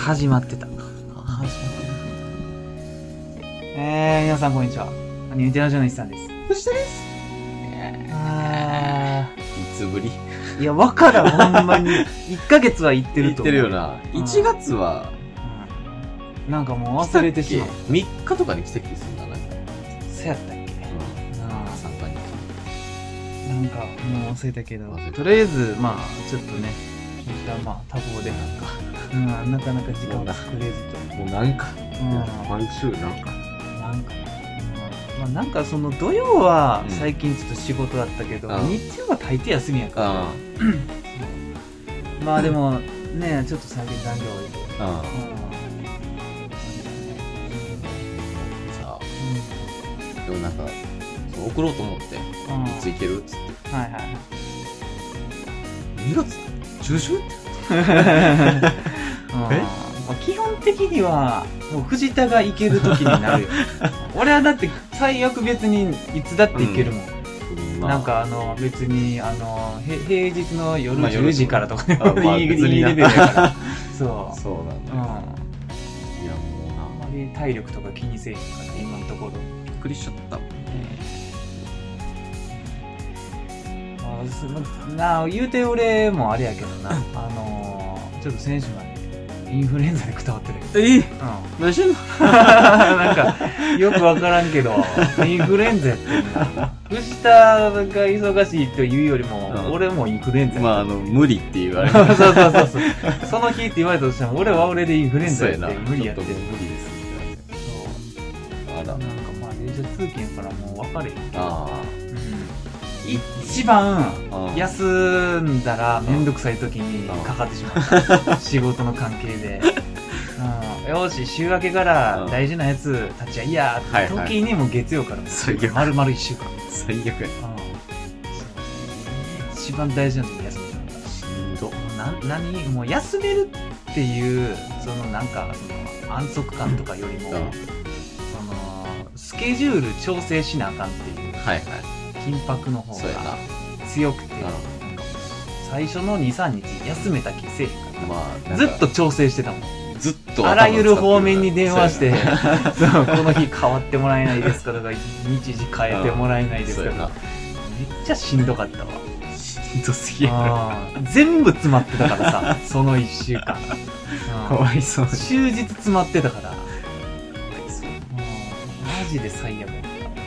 始まってた。皆さんこんにちは。ニューテラジオの石さんです。 藤田です。いつぶり？ いや、わからん、ほんまに。1ヶ月は行ってると思う。 行ってるよな。1月は、 なんかもう忘れてしまう。 3日とかに来た気するんだな。 そうやったっけ？ 参加に。 なんかもう忘れたけど、とりあえず、まあ、ちょっとね、まあ、多忙でなかなか時間を作れずと。 もうなんか、毎週なんかその土曜は最近ちょっと仕事だったけど、日曜は大抵休みやから。まあでもね、ちょっと最近残業多いで。 さあ、でもなんか送ろうと思って、いつ行けるっつって。 はいはい。 2月中旬って。 基本的にはもう藤田が行ける時になるよ。俺はだって最悪別にいつだって行けるもん。なんか別に平日の夜10時からとかいいレベルやから。そうなんだ。いやもうあんまり体力とか気にせえへんから今のところ。 びっくりしちゃったもんね。言うて俺もあれやけどな。ちょっと先週までインフルエンザでくたばってる。 何してんの？ なんかよくわからんけどインフルエンザやってんな。藤田が忙しいというよりも、俺もインフルエンザ。 まあ無理って言われる。 そう。その日って言われたとしても、俺は俺でインフルエンザやって無理やってる。 無理ですみたいな。 なんかまあ電車通勤からもう分かれへん。一番休んだらめんどくさい時にかかってしまった。仕事の関係で。よし、週明けから大事なやつ立ち会いやって時にも月曜から丸々1週間。 最悪や。 一番大事な時に休みしんど。 もう休めるっていうなんか安息感とかよりも、スケジュール調整しなあかんっていう緊迫の方が強くて、最初の 2,3 日休めた気せえへんから、ずっと調整してたもん。ずっとあらゆる方面に電話してこの日変わってもらえないですかとか、日時変えてもらえないですかとか、めっちゃしんどかったわ。 しんどすぎやろ。全部詰まってたからさ、その1週間かわいそう。 終日詰まってたから、マジで最悪だった。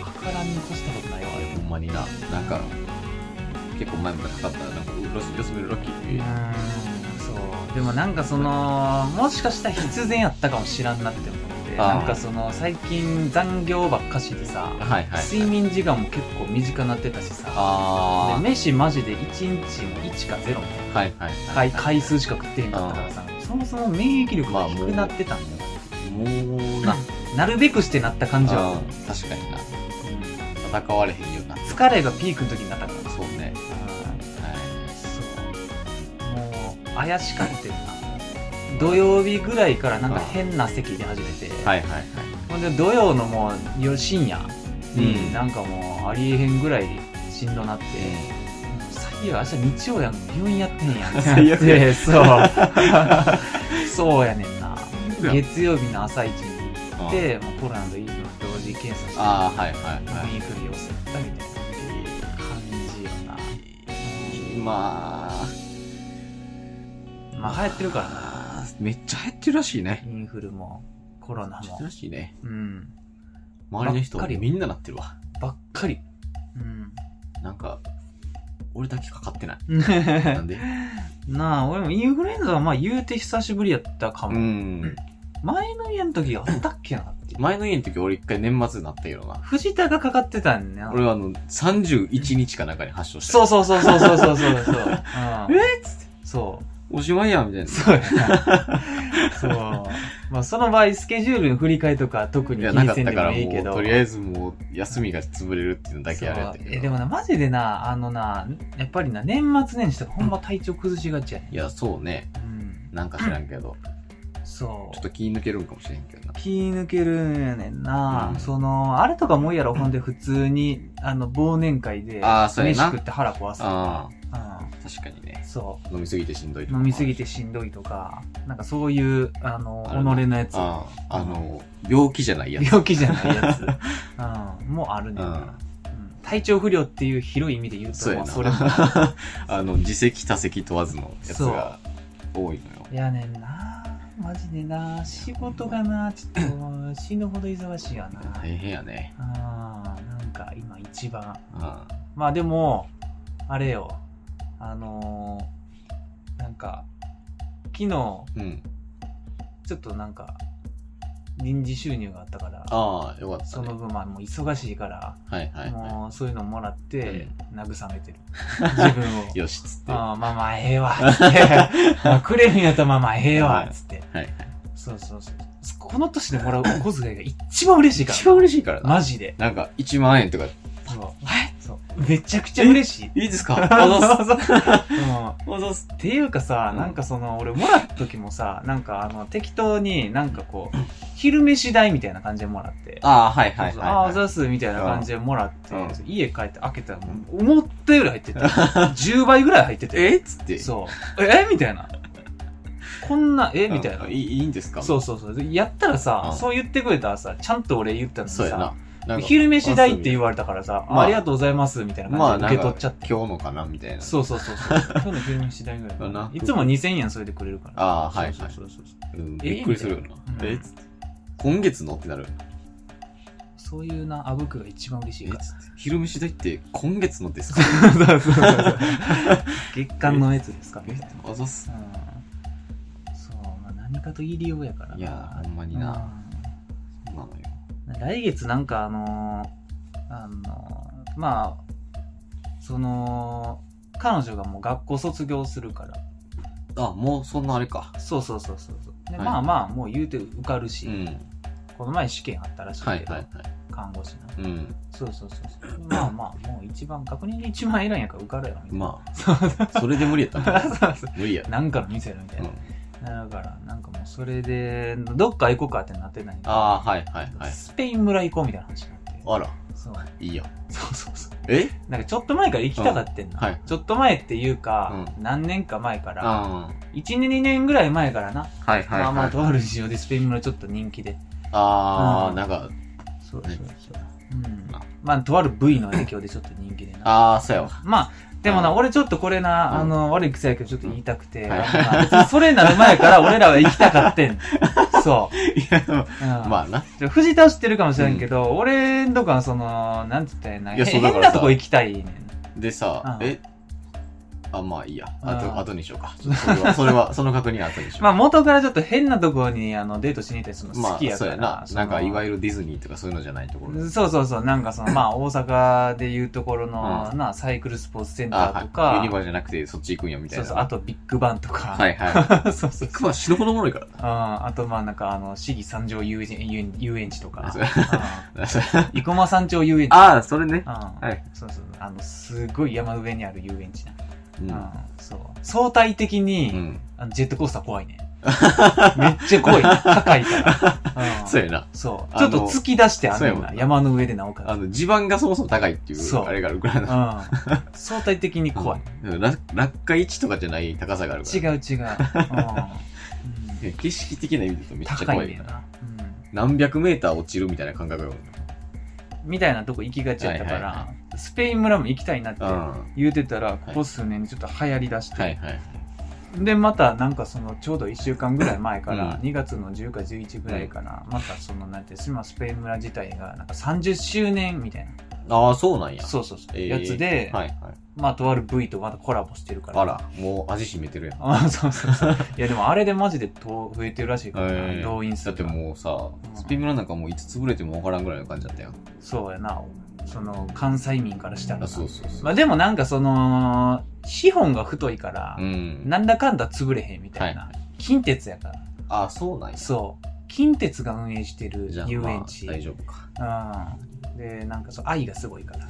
かからんに越したことないわ。あれほんまにな。なんか結構前までかかったらなんか休めるラッキー。 でもなんかもしかしたら必然やったかもしらんなって思って、なんか最近残業ばっかしでさ、睡眠時間も結構短くなってたしさ、で飯マジで1日も1か0みたいな回数しか食ってへんかったからさ、そもそも免疫力が低くなってたんだよ。もうなるべくしてなった感じは確かにな。戦われへんような疲れがピークの時になったから。 そうね。 怪しかってるな。土曜日ぐらいからなんか変な咳出始めて、ほんで土曜のもう深夜になんかもうありえへんぐらいしんどなって、最悪明日日曜やん、病院やってへんやんってなって、そうやねんな。月曜日の朝一に行って、もうコロナと同時検査して、インフル陽性だったみたいな感じよな。流行ってるからな。 めっちゃ流行ってるらしいね。 インフルもコロナも。 流行ってるらしいね。周りの人みんななってるわ。 ばっかり。 なんか俺だけかかってない。なんで？ 俺もインフルエンザはまあ言うて久しぶりやったかも。前の家の時あったっけなって。 前の家の時俺一回年末になったけどな。 藤田がかかってたんね。 俺は31日かなんかに発症した。 そう。っつって。そう。 おしまいやみたいな。 そうやな。そう。まあその場合スケジュールの振り替えとか特に気にせんでもいいけど。 とりあえずもう休みが潰れるっていうのだけやるやったけど。 でもな、マジでな、やっぱりな、年末年始とかほんま体調崩しがちやね。 いや、そうね。なんか知らんけど。 そう。 ちょっと気抜けるんかもしれんけどな。 気抜けるんやねんな。あれとかもうやろ、ほんで普通に、忘年会で、飯食って腹壊すとか。 確かにね。 そう。 飲みすぎてしんどいとか。 飲みすぎてしんどいとか、なんかそういう、己のやつ。 病気じゃないやつ。 病気じゃないやつ。もうあるね。体調不良っていう広い意味で言うと、 それも。自責多責問わずのやつが多いのよ。 いやねんな。マジでな。仕事がな、ちょっと死ぬほど忙しいわな。 大変やね。 なんか今一番。まあでも、あれよ。なんか、昨日、ちょっとなんか、臨時収入があったから、 よかったね。 その分、まあもう忙しいから、もうそういうのもらって、慰めてる。自分を。 よし、つって。 まあ、ええわ、つって。くれるんやったらまあ、ええわ、つって。そう。この年でもらうお小遣いが一番嬉しいから。 一番嬉しいからな。 マジで。 なんか、1万円とか。 そう。めちゃくちゃ嬉しい。 いいですか？ っていうかさ、なんか俺もらった時もさ、なんか適当になんかこう、昼飯代みたいな感じでもらって。あざすみたいな感じでもらって、家帰って開けたら、思ったより入ってて、10倍ぐらい入ってて。 つって。 そう。みたいな。こんな、みたいな。 いいんですか？ そう。やったらさ、そう言ってくれたらさ、ちゃんと俺言ったのにさ、 なんか昼飯代って言われたからさ、ありがとうございますみたいな感じで受け取っちゃって。 今日のかなみたいな。 そう。今日の昼飯代ぐらい。いつも2000円それでくれるから。そう。 びっくりするよな。今月のってなる。 そういうな、あぶくが一番嬉しいから。 昼飯代って今月のですか？ そう。月間のやつですか？ あざす。 そう、まあ何かと言い理由やからな。 いや、ほんまにな。そうなのよ。 来月なんかまあ、彼女がもう学校卒業するから。 もうそんなあれか。 そう。で、まあ、もう言うて受かるし、この前試験あったらしいけど、看護師の。そう。まあ、もう学年で一番偉いんやから受かるやろ。 まあ、それで無理やったら無理や。 なんかの店やろみたいな。だから、なんかもうそれで、どっか行こうかってなってないんで。スペイン村行こうみたいな話になって。 あら。 そう。 いいよ。 そう。 なんかちょっと前から行きたがってんの。ちょっと前っていうか、何年か前から、1年2年ぐらい前からな。まあ、とある事情でスペイン村ちょっと人気で。 なんか、 そう。まあ、とある部位の影響でちょっと人気でな。 そうやわ。 まあ、でもな、俺ちょっとこれな、悪い癖やけどちょっと言いたくて、別にそれになる前から俺らは行きたかってん。そう。 まあな。 藤田は知ってるかもしれんけど、俺んとこはなんつったらいいな、変なとこ行きたいねん。 でさ、まあいいや。後にしようか。それは、その確認は後にしよう。 まあ元からちょっと変なところにデートしに行ったりするの好きやから。 まあそうやな。なんかいわゆるディズニーとかそういうのじゃないところ。 そう。なんかまあ大阪でいうところのサイクルスポーツセンターとか。 ユニバじゃなくてそっち行くんやみたいな。 そう。あとビッグバンとか。そう。ビッグバン死ぬほどおもろいからな。あとまあなんか市議三条遊園地とか。生駒三丁遊園地。 それね。 そう。すごい山上にある遊園地な。そう。相対的に、ジェットコースター怖いね。めっちゃ怖い。高いから。 そうやな。 そう。ちょっと突き出してあるな。山の上でなおかつ。 地盤がそもそも高いっていう、あれがあるからな。 相対的に怖い。 落下位置とかじゃない高さがあるから。 違う。 景色的な意味で言うとめっちゃ怖いな。何百メーター落ちるみたいな感覚がある。 みたいなとこ行きがちやったから、スペイン村も行きたいなって言うてたら、ここ数年でちょっと流行り出して、で、またなんかちょうど1週間ぐらい前から、2月の10か11ぐらいかな、またなんて、スペイン村自体がなんか30周年みたいな。 そうなんや。 そう。やつで、まあ、とある V とまたコラボしてるから。 あら、もう味しめてるやん。 そう。いや、でもあれでマジで増えてるらしいからな、動員数。 だってもうさ、スペイン村なんかもういつ潰れてもわからんぐらいの感じだったよ。 そうやな。関西民からしたら。 そう。 まあでもなんか資本が太いから、なんだかんだ潰れへんみたいな。近鉄やから。 そうなんや。 そう。近鉄が運営してる遊園地。 大丈夫か。 で、なんか愛がすごいから。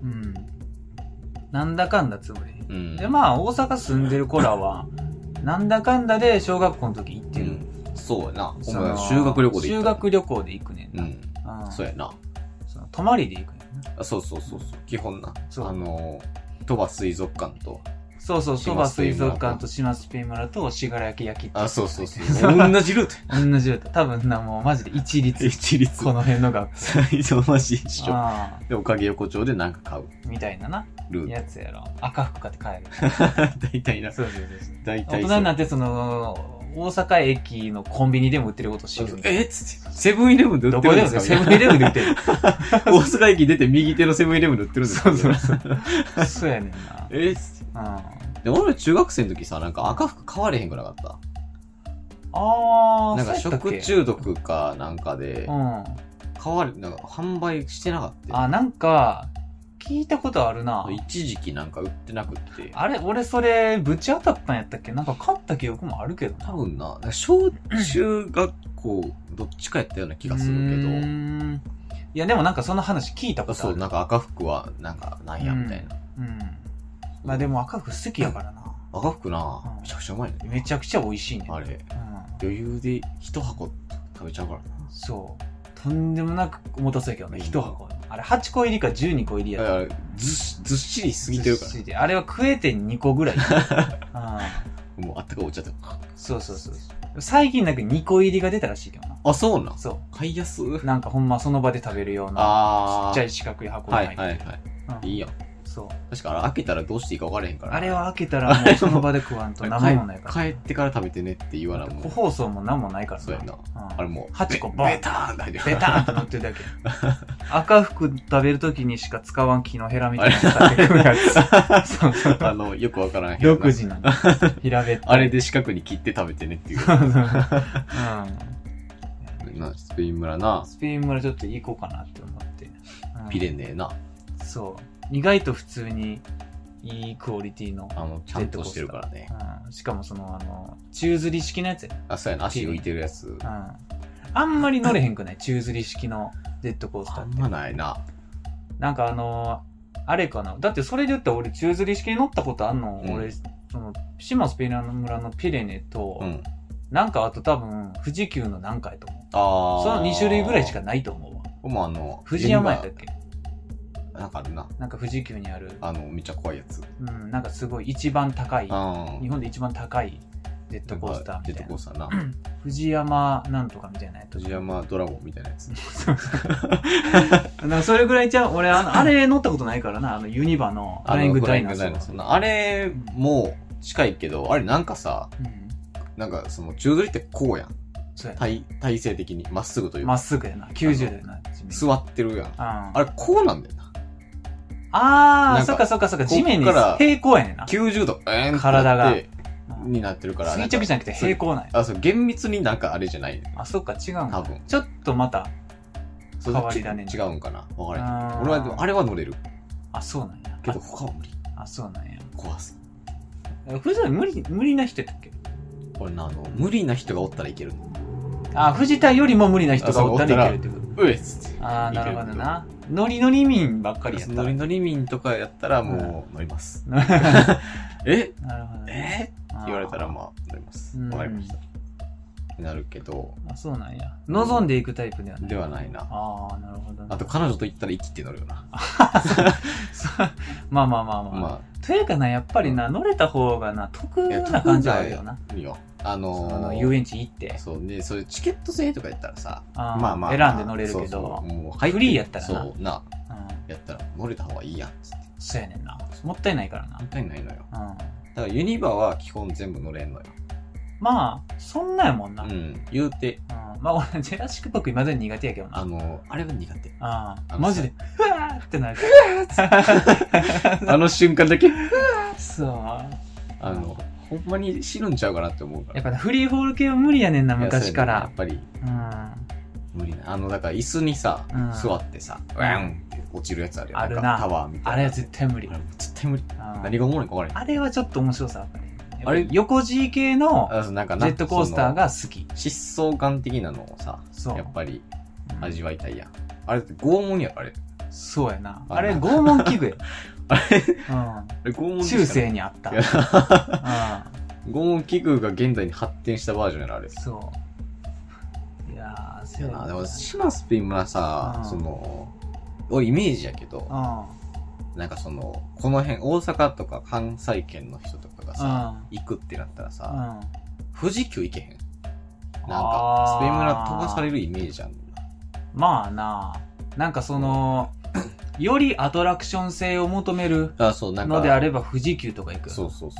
なんだかんだ潰れへん。で、まあ大阪住んでる子らは、なんだかんだで小学校の時行ってる。 そうやな。修学旅行で行った。 修学旅行で行くねんな。そうやな。 泊まりで行くねんな。 そう。基本な。鳥羽水族館と、 そうそう、そば水族館と島スペイン村と信楽焼きって。 あ、そうそうそう。同じルート。 同じルート。多分な、もうマジで一律。この辺の学校。 最初マジ一緒。で、おかげ横丁でなんか買う。 みたいなな。ルート。やつやろ。赤服買って帰る。大体な。 そうそうそう。 大体。 大人になって大阪駅のコンビニでも売ってること知る。 っつって。セブンイレブンで売ってるんですか？ セブンイレブンで売ってる。 大阪駅出て右手のセブンイレブンで売ってるんですか？ そう。そうやねんな。 つって。で、俺中学生の時さ、なんか赤服買われへんくなかった？なんか食中毒かなんかで、なんか販売してなかった。 なんか、聞いたことあるな。 一時期なんか売ってなくって。 あれ俺それ、ぶち当たったんやったっけ？なんか買った記憶もあるけど多分な。小中学校、どっちかやったような気がするけど。 いやでもなんかその話聞いたことある。 そう、なんか赤服は、なんか、なんや、みたいな。 まあでも赤服好きやからな。 赤服な、めちゃくちゃうまいね。 めちゃくちゃ美味しいね。 あれ。余裕で一箱食べちゃうからな。 そう。とんでもなく重たそうやけどね、一箱。あれ8個入りか12個入りやった。 ずっしり過ぎてるから。 あれは食えて2個ぐらい。 もうあったかいお茶とか。 そう。最近なんか2個入りが出たらしいけどな。 あ、そうなん？ そう。 買いやす。 なんかほんまその場で食べるような、ちっちゃい四角い箱に入ってる。 はい。いいやん。 そう。 確か開けたらどうしていいか分からへんから。 あれは開けたらもうその場で食わんと生もないから。 帰ってから食べてねって言わなもん。 個包装も何もないからそうやな。あれもう。 8個ボン。 ベターンだよ。 ベターンって乗ってるだけ。赤服食べるときにしか使わん木のヘラみたいなの使ってくるやつ。 そう。よくわからん。 独自なの。平べったい。 あれで四角に切って食べてねっていう。スペイン村な。 スペイン村ちょっと行こうかなって思って。 ピレネーな。 そう。意外と普通にいいクオリティのちゃんとしてるからね。 しかも宙吊り式のやつや。 そうやな、足浮いてるやつ。 あんまり乗れへんくない？宙吊り式のジェットコースターって。 あんまないな。 なんかあれかな。だってそれで言ったら俺宙吊り式に乗ったことあんの、俺、島スペイン村のピレネと、なんかあと多分、富士急の何回と思う。その2種類ぐらいしかないと思うわ。富士山やったっけ？ なんかあるな。 なんか富士急にある。 めっちゃ怖いやつ。 なんかすごい一番高い、日本で一番高いジェットコースターみたいな。 ジェットコースターな。 富士山なんとかみたいなやつ。 富士山ドラゴンみたいなやつ。 なんかそれぐらいちゃう。俺あれ乗ったことないからな。ユニバのフライングダイナソー。 あれも近いけど、あれなんかさ、なんか宙吊りってこうやん。体勢的にまっすぐというか。 まっすぐやな。90度やな。 座ってるやん。あれこうなんだよな。 そっか。地面に平行やねんな。 90度、 体が。 になってるから。 垂直じゃなくて平行なんや。 そう、厳密になんかあれじゃない。 そっか、違うんだ。 多分。 ちょっとまた、変わりだね。 違うんかな。わからない。俺は、あれは乗れる。 そうなんや。 けど他は無理。 そうなんや。 怖す。 富士山無理な人やったっけ？ 俺無理な人がおったらいける。 藤田よりも無理な人がおったらいけるってこと。 うえっつって。 なるほどな。ノリノリ民ばっかりやったら。 ノリノリ民とかやったらもう乗ります。 なるほどって言われたら乗ります。わかりました。なるけど。 そうなんや。望んでいくタイプではない。 ではないな。 なるほど。 あと彼女と行ったら生きて乗るよな。 まあ。というかな、やっぱりな、乗れた方がな、得な感じはあるよな。 いいよ。 遊園地行って。 そうね、それチケット制とかやったらさ、 選んで乗れるけど、フリーやったらな。 そうな。やったら乗れた方がいいやん、つって。 そうやねんな。もったいないからな。 もったいないのよ。だからユニバは基本全部乗れんのよ。 そんなやもんな。 言うて。 俺、ジェラシックパーク今まで苦手やけどな。 あれは苦手。 マジで、ふわーってなる。 瞬間だけ、 そう。 ほんまに死ぬんちゃうかなって思うから。 やっぱフリーフォール系は無理やねんな、昔から。 やっぱり。無理な。だから椅子にさ、座ってさ、ワンって落ちるやつあるやん。 あるな。 タワーみたいな。 あれは絶対無理。 絶対無理。何がおもろいか分からへん。 あれはちょっと面白さあったね。あれ横 G 系のジェットコースターが好き。 疾走感的なのをさ、やっぱり味わいたいやん。あれって拷問やろ、あれ。 そうやな。あれ拷問器具や。 あれ拷問中世にあった。 拷問器具が現代に発展したバージョンやろ、あれ。 そう。いやー、そうやな。でも、島スペイン村さ、イメージやけど、 なんかその、この辺、大阪とか関西圏の人とかがさ、行くってなったらさ、富士急行けへん。なんか、スペイン村飛ばされるイメージあるんだ。 まあな、なんかその、よりアトラクション性を求めるのであれば富士急とか行く。 そうそうそう。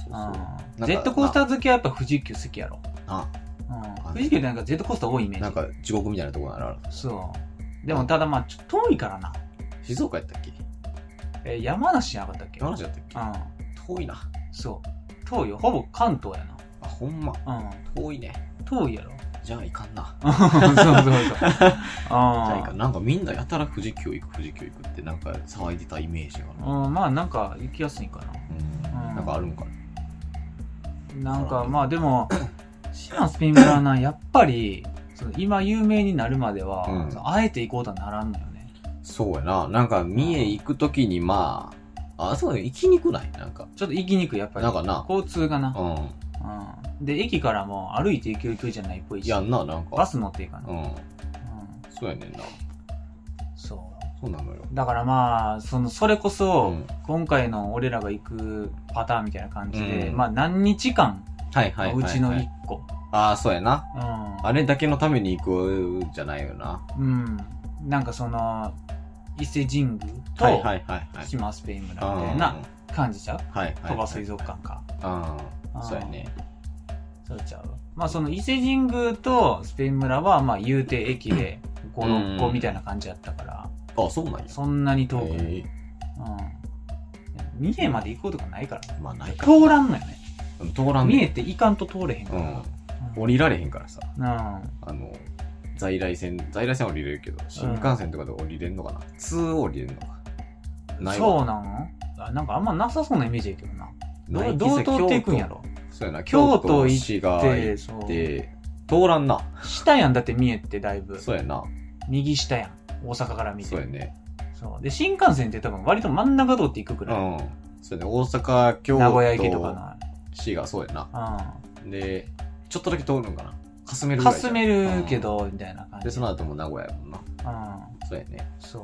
ジェットコースター好きはやっぱ富士急好きやろ。富士急ってなんかジェットコースター多いイメージ。 なんか地獄みたいなとこならある。 そう。でもただまあちょっと遠いからな。 静岡やったっけ？ 山梨じゃなかったっけ？ 山梨やったっけ？遠いな。 そう。遠いよ。ほぼ関東やな。 あ、ほんま。遠いね。 遠いやろ。 じゃあいかんな。 そうそうそう。じゃあいかん。なんかみんなやたら富士急行くってなんか騒いでたイメージがある。 まあなんか行きやすいかな。なんかあるんかな。なんかまあでも、シナスペイン村な、やっぱり、今有名になるまでは、あえて行こうとはならんのよね。 そうやな。なんか三重行くときにまあ、そうだね。行きにくないなんか。 ちょっと行きにくい、やっぱり。 なんかな。 交通がな。で、駅からも歩いて行ける距離じゃないっぽいし。 やんな、なんか。 バス乗っていいかな。 そうやねんな。そうなのよ。 だからまあ、それこそ、今回の俺らが行くパターンみたいな感じで、まあ何日間、うちの1個。 ああ、そうやな。あれだけのために行くじゃないよな。 なんか伊勢神宮と、島スペイン村みたいな感じちゃう？鳥羽水族館か。 そうやね。 そうちゃう。まあ伊勢神宮とスペイン村は、まあ言うて駅で5、6個みたいな感じやったから。 あ、そうなんや。 そんなに遠くない。三重まで行くことがないから。 まあないか。 通らんのよね。 通らんね。 三重って行かんと通れへんから。 降りられへんからさ。在来線降りれるけど、新幹線とかで降りれんのかな？通降りれんのかないわ。そうなの？なんかあんまなさそうなイメージやけどな。どう通っていくんやろ？ そうやな。京都市が行って、通らんな。 下やん、だって三重ってだいぶ。 そうやな。 右下やん。大阪から見て。 そうやね。 そう。で、新幹線って多分割と真ん中通っていくくらい。 そうやね。大阪、京都、 名古屋駅とかな。 市がそうやな。で、ちょっとだけ通るんかな。かすめるぐらい。かすめるけど、みたいな感じ。 で、その後も名古屋やもんな。そうやね。 そう。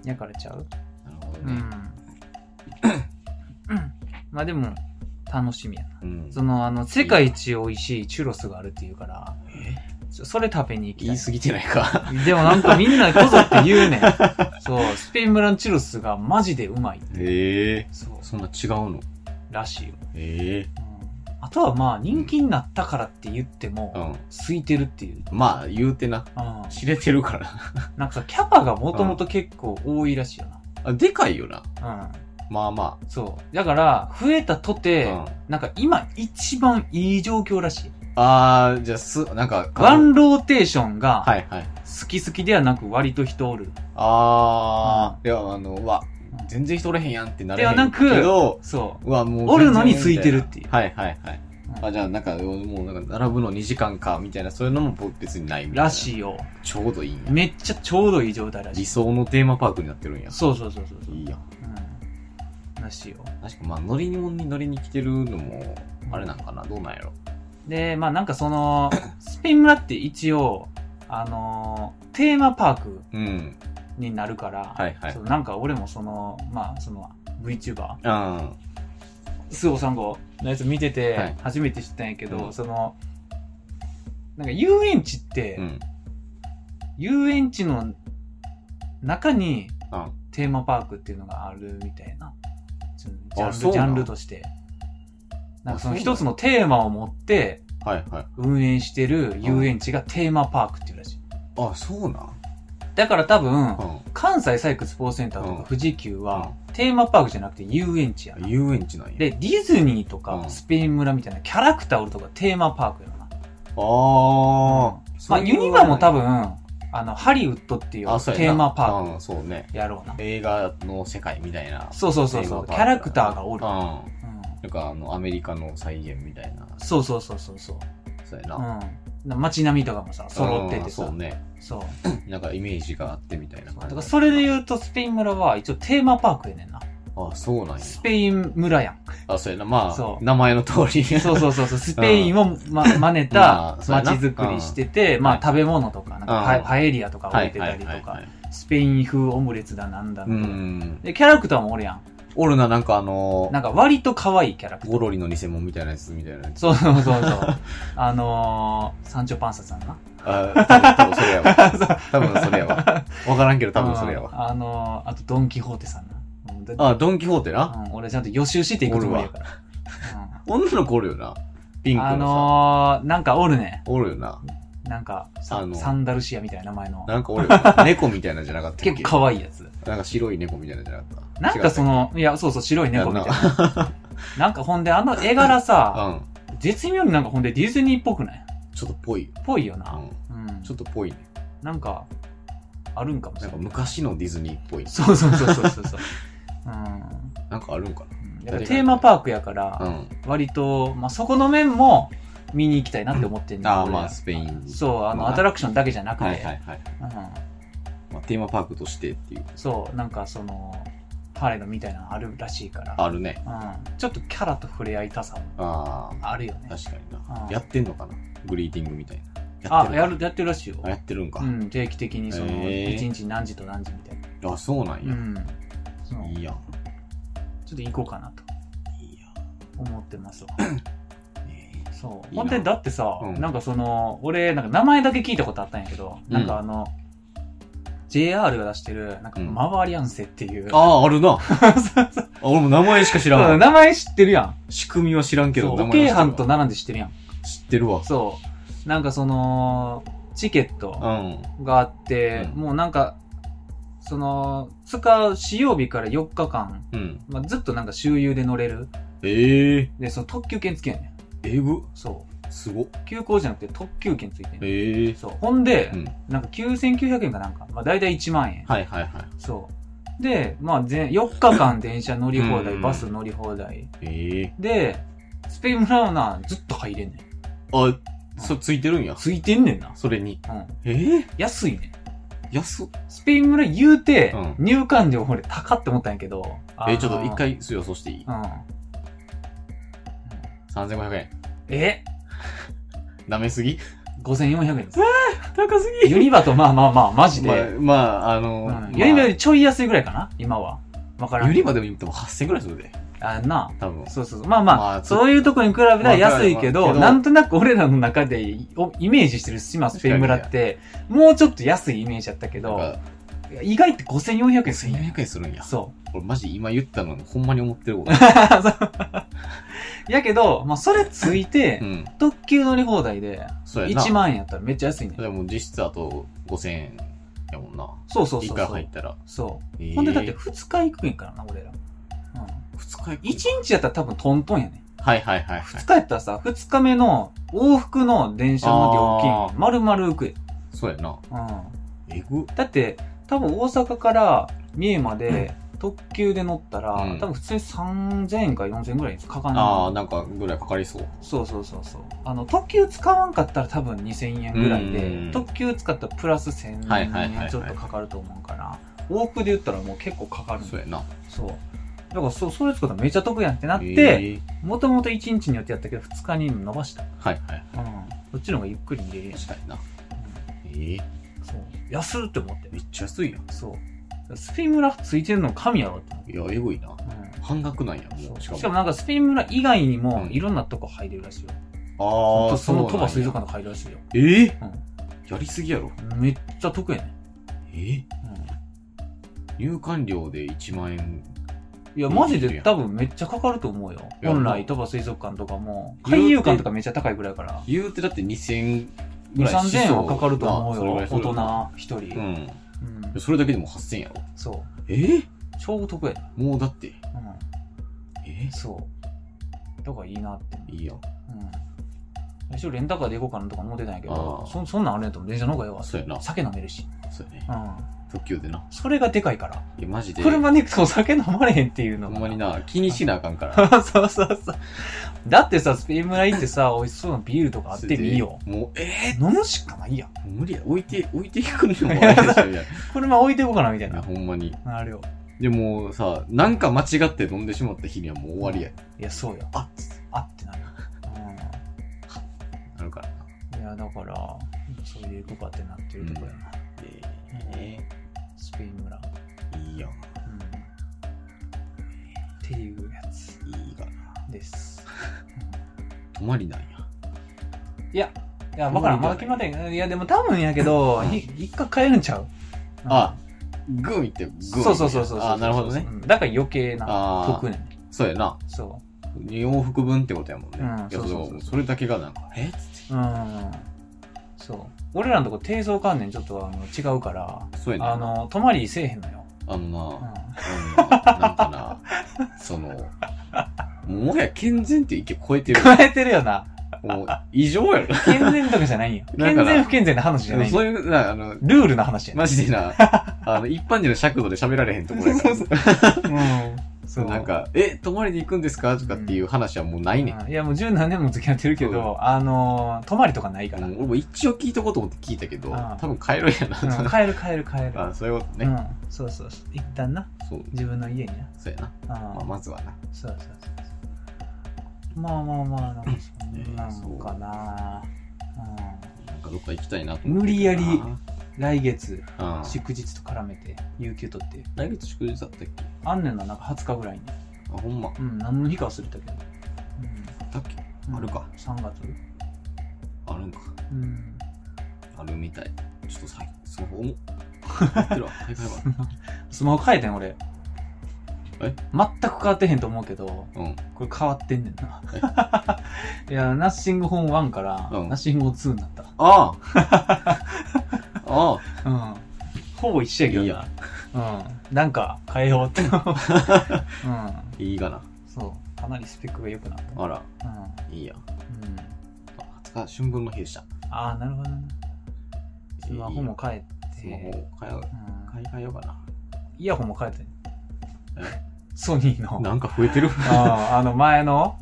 やからちゃう？ なるほどね。 まあでも、楽しみやな。世界一美味しいチュロスがあるっていうから、それ食べに行きたい。 言い過ぎてないか。 でもなんかみんなこぞって言うねん。そう、スペイン村のチュロスがマジでうまい。 そんな違うの？ らしいよ。あとはまあ人気になったからって言っても、空いてるっていう。 まあ言うてな。知れてるから。 なんかさ、キャパがもともと結構多いらしいよな。でかいよな。まあまあ。 そう。だから、増えたとて、なんか今一番いい状況らしい。 じゃあなんか。 ワンローテーションが、好き好きではなく割と人おる。 いや、全然人おれへんやんってなれへんけど、 そう。 もうおるのに空いてるっていう。 じゃあなんか、もうなんか並ぶの2時間か、みたいな、そういうのも別にないみたいな。 らしいよ。 ちょうどいいんや。 めっちゃちょうどいい状態らしい。 理想のテーマパークになってるんや。 そう。 いいやん。 らしいよ。 確かまあ乗りに来てるのも、あれなんかな、どうなんやろ。 で、まあなんかスペイン村って一応、テーマパークになるから、なんか俺もVTuber、スオさんごのやつ見てて、初めて知ったんやけど、なんか遊園地って、遊園地の中にテーマパークっていうのがあるみたいな。ジャンルとして。なんか一つのテーマを持って、運営してる遊園地がテーマパークっていうらしい。 そうなんだから多分、関西サイクスポーツセンターとか富士急は、テーマパークじゃなくて遊園地やな。 遊園地なんや。 で、ディズニーとかスペイン村みたいなキャラクターおるとかテーマパークやな。まあ、ユニバも多分、ハリウッドっていうテーマパークやろうな。 映画の世界みたいな。 そう。キャラクターがおる。 なんかアメリカの再現みたいな。 そう。そうやな。 街並みとかもさ、揃っててさ。 そうね。なんかイメージがあってみたいな感じ。 だからそれで言うとスペイン村は一応テーマパークやねんな。 そうなんや。 スペイン村やん。 そうやな。まあ、名前の通り。 そう。スペインを真似た街づくりしてて、まあ食べ物とか、なんかパエリアとか置いてたりとかスペイン風オムレツだなんだので、キャラクターもおるやん。 おるな、なんかなんか割と可愛いキャラクター。 ゴロリの偽物みたいなやつみたいなやつ。 そう。サンチョパンサさんな。 多分それやわ。多分それやわ。わからんけど多分それやわ。 あとドンキホーテさんな。 ドンキホーテな。 俺ちゃんと予習していくつもりやから。 女の子おるよな。ピンクのさ。なんかおるね。 おるよな。 なんか、サンダルシアみたいな名前の。 なんかおるよな。猫みたいなじゃなかったっけ？ 結構可愛いやつ。 なんか白い猫みたいなじゃなかった。 なんかいや、そう白い猫みたいな。なんかほんで、絵柄さ、絶妙になんかほんでディズニーっぽくない？ ちょっとぽい。 ぽいよな。 ちょっとぽいね。 なんか、あるんかもしれない。 なんか昔のディズニーっぽい。 そう。 なんかあるんかな。テーマパークやから、割と、そこの面も見に行きたいなって思ってんだけど。スペイン。 そう、アトラクションだけじゃなくて。 テーマパークとしてっていう。 そう、なんかパレードみたいなのあるらしいから。 あるね。 ちょっとキャラと触れ合いたさもあるよね。 確かにな。やってんのかな？グリーティングみたいな。 やってるらしいよ。 やってるんか。 定期的に1日何時と何時みたいな。 そうなんや。いいやん。 ちょっと行こうかなと。思ってますわ。そう。ほんで、だってさ、なんか俺、なんか名前だけ聞いたことあったんやけど、なんかJR が出してる、なんか、マワリアンセっていう。 あるな。俺も名前しか知らんわ。 名前知ってるやん。 仕組みは知らんけど、 名前。京阪と並んで知ってるやん。 知ってるわ。 そう。なんかチケットがあって、もうなんか、使用日から4日間、ずっとなんか周遊で乗れる。で、特急券付きやねん。そう。すごっ。急行じゃなくて特急券ついてんそう。ほんで、なんか9900円かなんか。だいたい1万円。そう。で、4日間電車乗り放題、バス乗り放題。で、スペイン村はな、ずっと入れんねん。 ついてるんや。 ついてんねんな。 それに。安いね。 スペイン村言うて、入館料俺高って思ったんやけど。 ちょっと一回予想していい？3500円。舐めすぎ？ 5400円です。 高すぎ。 ユニバとマジで。 ユニバよりちょい安いぐらいかな今は。わからん。 ユニバでも言っても8000円ぐらいするで。多分。 そう。そういうとこに比べたら安いけど、なんとなく俺らの中でイメージしてるスペイン村って、もうちょっと安いイメージだったけど、意外って5400円するんや。 5400円するんや。 そう。 俺マジ今言ったのほんまに思ってるわ。 やけど、それついて、特急乗り放題で、1万円やったらめっちゃ安いね。 でも実質あと5000円やもんな。 そう。 1回入ったら。 そう。ほんでだって2日行くんからな、俺ら。 2日行く ?1 日やったら多分トントンやね。 2 日やったらさ、2日目の往復の電車の料金、丸々浮くや。 そうやな。 だって、多分大阪から三重まで特急で乗ったら、多分普通に3000円か4000円ぐらいかかんない。 なんかぐらいかかりそう。 そう。特急使わんかったら多分2000円ぐらいで、特急使ったらプラス1000円ちょっとかかると思うから、往復で言ったらもう結構かかる。 そうやな。 そう。だからそれ使ったらめっちゃ得やんってなって、もともと1日によってやったけど2日に伸ばした。こっちの方がゆっくり見れるやん。 確かにな。 そう。安って思って。 めっちゃ安いやん。 そう。スペイン村ついてるの神やろって思って。 いや、エグいな。半額なんや、もう。 しかもなんかスペイン村以外にもいろんなとこ入れるらしいよ。その鳥羽水族館とか入るらしいよ。やりすぎやろ。 めっちゃ得やね。 入館料で1万円。 いや、マジで多分めっちゃかかると思うよ。本来、鳥羽水族館とかも、海遊館とかめっちゃ高いぐらいから。 言うてだって2000円ぐらい。 3000円はかかると思うよ。大人1人。 それだけでも8000円やろ。 そう。超得やね。 もうだって。 そう。だからいいなって。 いいやん。 最初レンタカーで行こうかなとか思ってたんやけど、そんなんあれやと電車の方がええわ。 そうやな。 酒飲めるし。 そうやね。特急でな。 それがでかいから。 いや、マジで。 車に行くとお酒飲まれへんっていうの。 ほんまにな、気にしなあかんから。 そう。だってさ、スペイン村行ってさ、美味しそうなビールとかあってみよう。もう、飲むしかないやん。 無理や。置いていくのもあれでしょ、いや。 車置いていこうかな、みたいな。 ほんまに。 あるよ。 でもさ、なんか間違って飲んでしまった日にはもう終わりや。 いや、そうよ。あってなるよ。 なるからな。 いや、だから、それで行こうかってなってるとこやな。 ススペイン村。 いいやん。 っていうやつ。 いいかな。 です。 泊まりなんや。 いや、わからん。まだ決まってん。いや、でも多分やけど、一回帰るんちゃう？ あ、グー見て、グー。 そう。 あ、なるほどね。 だから余計な、得ね。 そうやな。 そう。 2往復分ってことやもんね。 そう。 それだけがなんか、つって。 そう。俺らのとこ定蔵観念ちょっと違うから、 そうやね。 泊まりせえへんのよ。 なんかな、もはや健全って域超えてる。 超えてるよな。 もう、異常やろ。 健全とかじゃないんよ。健全不健全な話じゃない。 そういう、ルールの話やね。 マジでな、一般人の尺度で喋られへんところやから。そう。なんか、泊まりに行くんですかとかっていう話はもうないねん。 いや、もう十何年も付き合ってるけど、泊まりとかないから。 俺も一応聞いとこうと思って聞いたけど、多分帰るやな。 帰る。 あ、そういうことね。 そう。一旦な。自分の家にな。 そうやな。まずはな。 そう。まあ、なんかそんなんかな。 なんかどっか行きたいなと思って。 無理やり、来月、祝日と絡めて、有給取って。 来月祝日だったっけ？ あんねんな、なんか20日ぐらいに。 あ、ほんま。 何の日か忘れたけど。 だっけ？あるか。 3月？ あるんか。あるみたい。ちょっとスマホ重っ。 スマホ変えてん、俺。全く変わってへんと思うけど、これ変わってんねんな。いや、ナッシングホーム1から、ナッシングホーム2になった。 ああ。 ほぼ一緒やけどな。なんか変えようって。 いいかな。 そう。かなりスペックが良くなった。 あら。いいや。20日、春分の日でした。 ああ、なるほどね。スマホも変えて。 スマホ買い替えようかな。 イヤホンも変えて。ソニーの。 なんか増えてる。 前の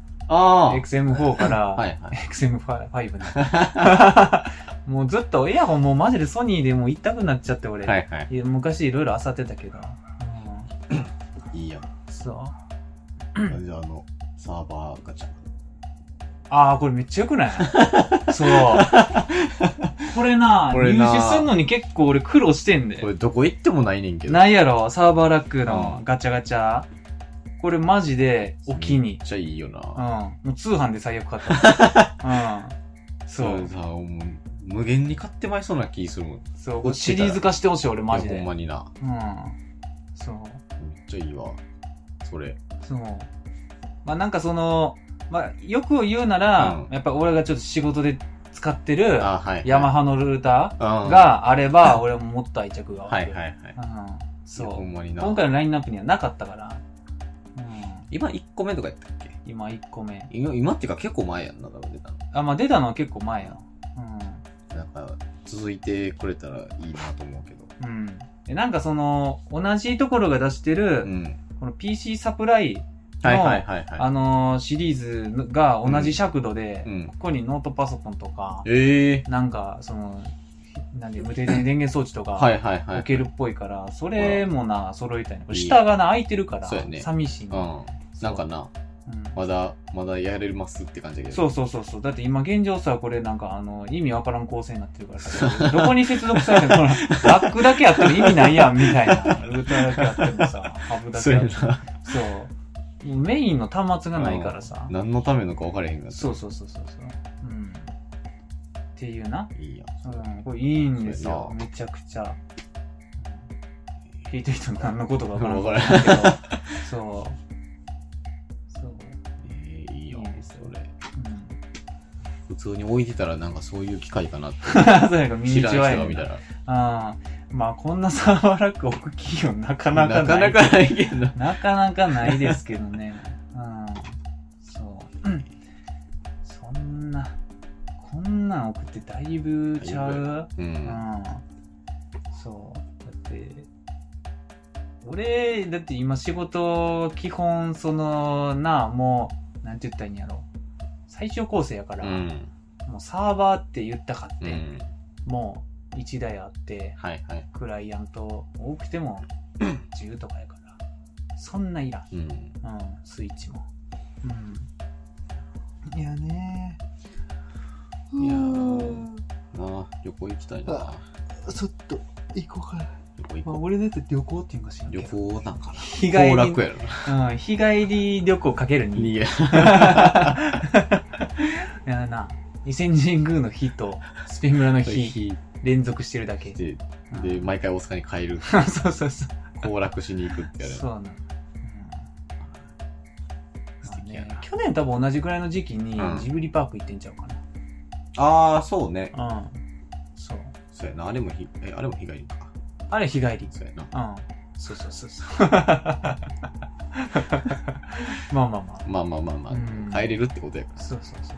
XM4 からはい、 XM5 に。もうずっとイヤホンもうマジでソニーでもう一択になっちゃって俺。昔いろいろ漁ってたけど。 いいや。 そう。 じゃあサーバーガチャ。 これめっちゃ良くない？そう。これな、入手すんのに結構俺苦労してんで。 これどこ行ってもないねんけど。 ないやろ、サーバーラックのガチャガチャ。これマジでお気に。 めっちゃいいよな。 もう通販で最悪買った。そう。 無限に買ってまいそうな気するもん。 そう、シリーズ化してほしい俺マジで。 ほんまにな。 そう。 めっちゃいいわ。それ。 そう。まあなんかよく言うなら、やっぱ俺がちょっと仕事で使ってるヤマハのルーターがあれば、俺ももっと愛着が湧く。そう。今回のラインナップにはなかったから。 今1個目とかやったっけ？ 今1個目。 今っていうか結構前やんな、多分出たの。 まあ出たのは結構前や。 なんか続いてくれたらいいなと思うけど。 なんか同じところが出してる、この PC サプライの、シリーズが同じ尺度で、ここにノートパソコンとか、なんか、無停電電源装置とか、置けるっぽいから、それも揃いたいな。下が空いてるから、寂しいな。 なんかな、まだやれますって感じだけど。そう。だって今現状さ、これなんか意味わからん構成になってるからさ、どこに接続されても、ラックだけあっても意味ないやん、みたいな。ルーターだけあってもさ、ハブだけあっても。そう。メインの端末がないからさ。 何のためのか分かれへんが。 そう。っていうな。 いいや。 これいいんですよ。めちゃくちゃ。聞いてる人何のことか分からないけど。そう。 いいよ。それ。普通に置いてたらなんかそういう機械かなって。 そうやかミニチュアやみたいな。まあこんなサーバーラック置く企業なかなかない。 なかなかないけど。 なかなかないですけどね。そう。こんなん送ってだいぶちゃう？そう。だって今仕事基本もうなんて言ったらいいんやろ。最小構成やから、もうサーバーって言ったかって、もう1台あって、クライアント多くても10とかやから、そんないらん。スイッチも。いやね旅行行きたいな。 ちょっと行こうかな。 旅俺だって旅行っていうかしらんけど。 旅行なんかな。 日帰り。 行楽やろな。うん、日帰り旅行かける2。 いや。 いやな、伊勢神宮の日とスペ村の日、連続してるだけ。 で、毎回大阪に帰る。 そうそうそう。 行楽しに行くってやる。 そうなの。素敵やな。去年多分同じぐらいの時期にジブリパーク行ってんちゃうかな。 ああ、そうね。 うん。そう。 そうやな。あれも日帰りか。 あれ日帰り。 そうやな。うん。そうそうそうそう。まあ。 帰れるってことやから。 そうそうそうそう。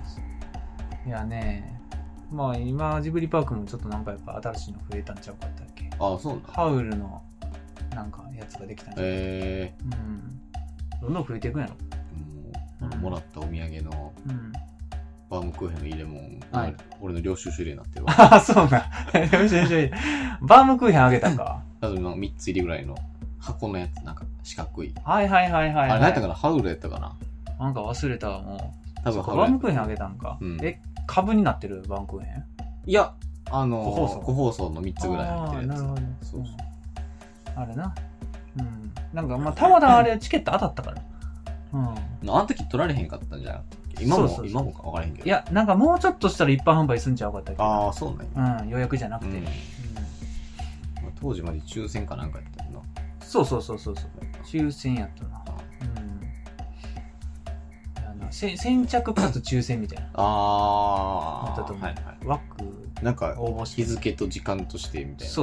いやね、まあ今ジブリパークもちょっとなんかやっぱ新しいの増えたんちゃうかったっけ。 ああ、そうなんだ。 ハウルのなんかやつができたんじゃない。うん。どんどん増えていくんやろ。 もらったお土産のバームクーヘンの入れ物、俺の領収書入れになってるわ。 ああ、そうな。領収書入れ。バームクーヘンあげたんか。 多分3つ入りぐらいの箱のやつ、なんか四角い。 はい。あれ何やったかな、ハウルやったかな。 なんか忘れたわ、もう。 多分バームクーヘンあげたんか。株になってるバームクーヘン？ いや、個包装の3つぐらい入ってるやつ。 なるほど。 そう。 あれな。うん。なんか、まあ、たまたまあれチケット当たったから。 うん。あの時取られへんかったんじゃなかったっけ？今もか分からへんけど。 いや、なんかもうちょっとしたら一般販売すんちゃうかったっけ？ ああ、そうなんや。予約じゃなくて。 当時まで抽選かなんかやったよな。 そう。抽選やったな。先着かつ抽選みたいな。 ああ。 はい。枠。 なんか、日付と時間としてみたいな。 そう。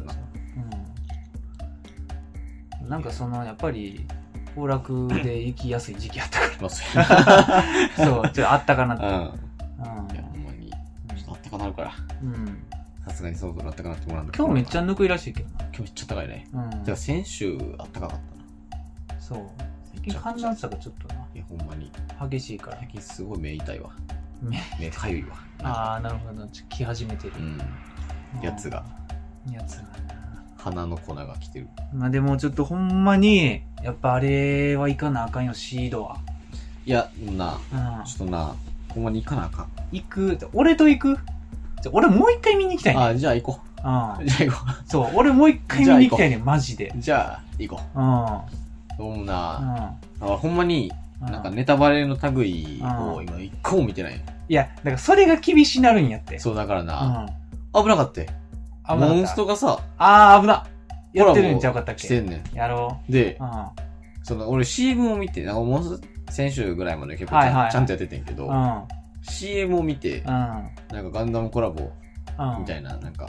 なんかやっぱり、行楽で行きやすい時期あったから。そう、ちょっとあったかなって。いや、 ほんまに。ちょっとあったかなるから。さすがにそろそろあったかなってもらうんだ。 今日めっちゃぬくいらしいけどな。 今日めっちゃ高いね。てか先週あったかかったな。そう。最近寒暖差がちょっとな。 いや、ほんまに。 激しいから。 最近すごい目痛いわ。目かゆいわ。 ああ、なるほど。来始めてる。 やつが。鼻の粉が来てる。 まあでもちょっとほんまに、やっぱあれは行かなあかんよ、シードは。 いや、ちょっとな、ほんまに行かなあかん。 俺と行く？俺もう一回見に行きたいね。 じゃあ行こう。じゃあ行こう。そう、俺もう一回見に行きたいね、マジで。 じゃあ行こう。そうな、ほんまに、なんかネタバレの類を今一個も見てない。 いや、だからそれが厳しなるんやって。 そう、だからな、危なかった。モンストがさ、 危な。やってるんちゃうかったっけ？ してんねん。 やろう。 で、俺 CM を見て、なんかモンスト、先週ぐらいまで結構ちゃんとやっててんけど、CM を見て、なんかガンダムコラボみたいな、なんか、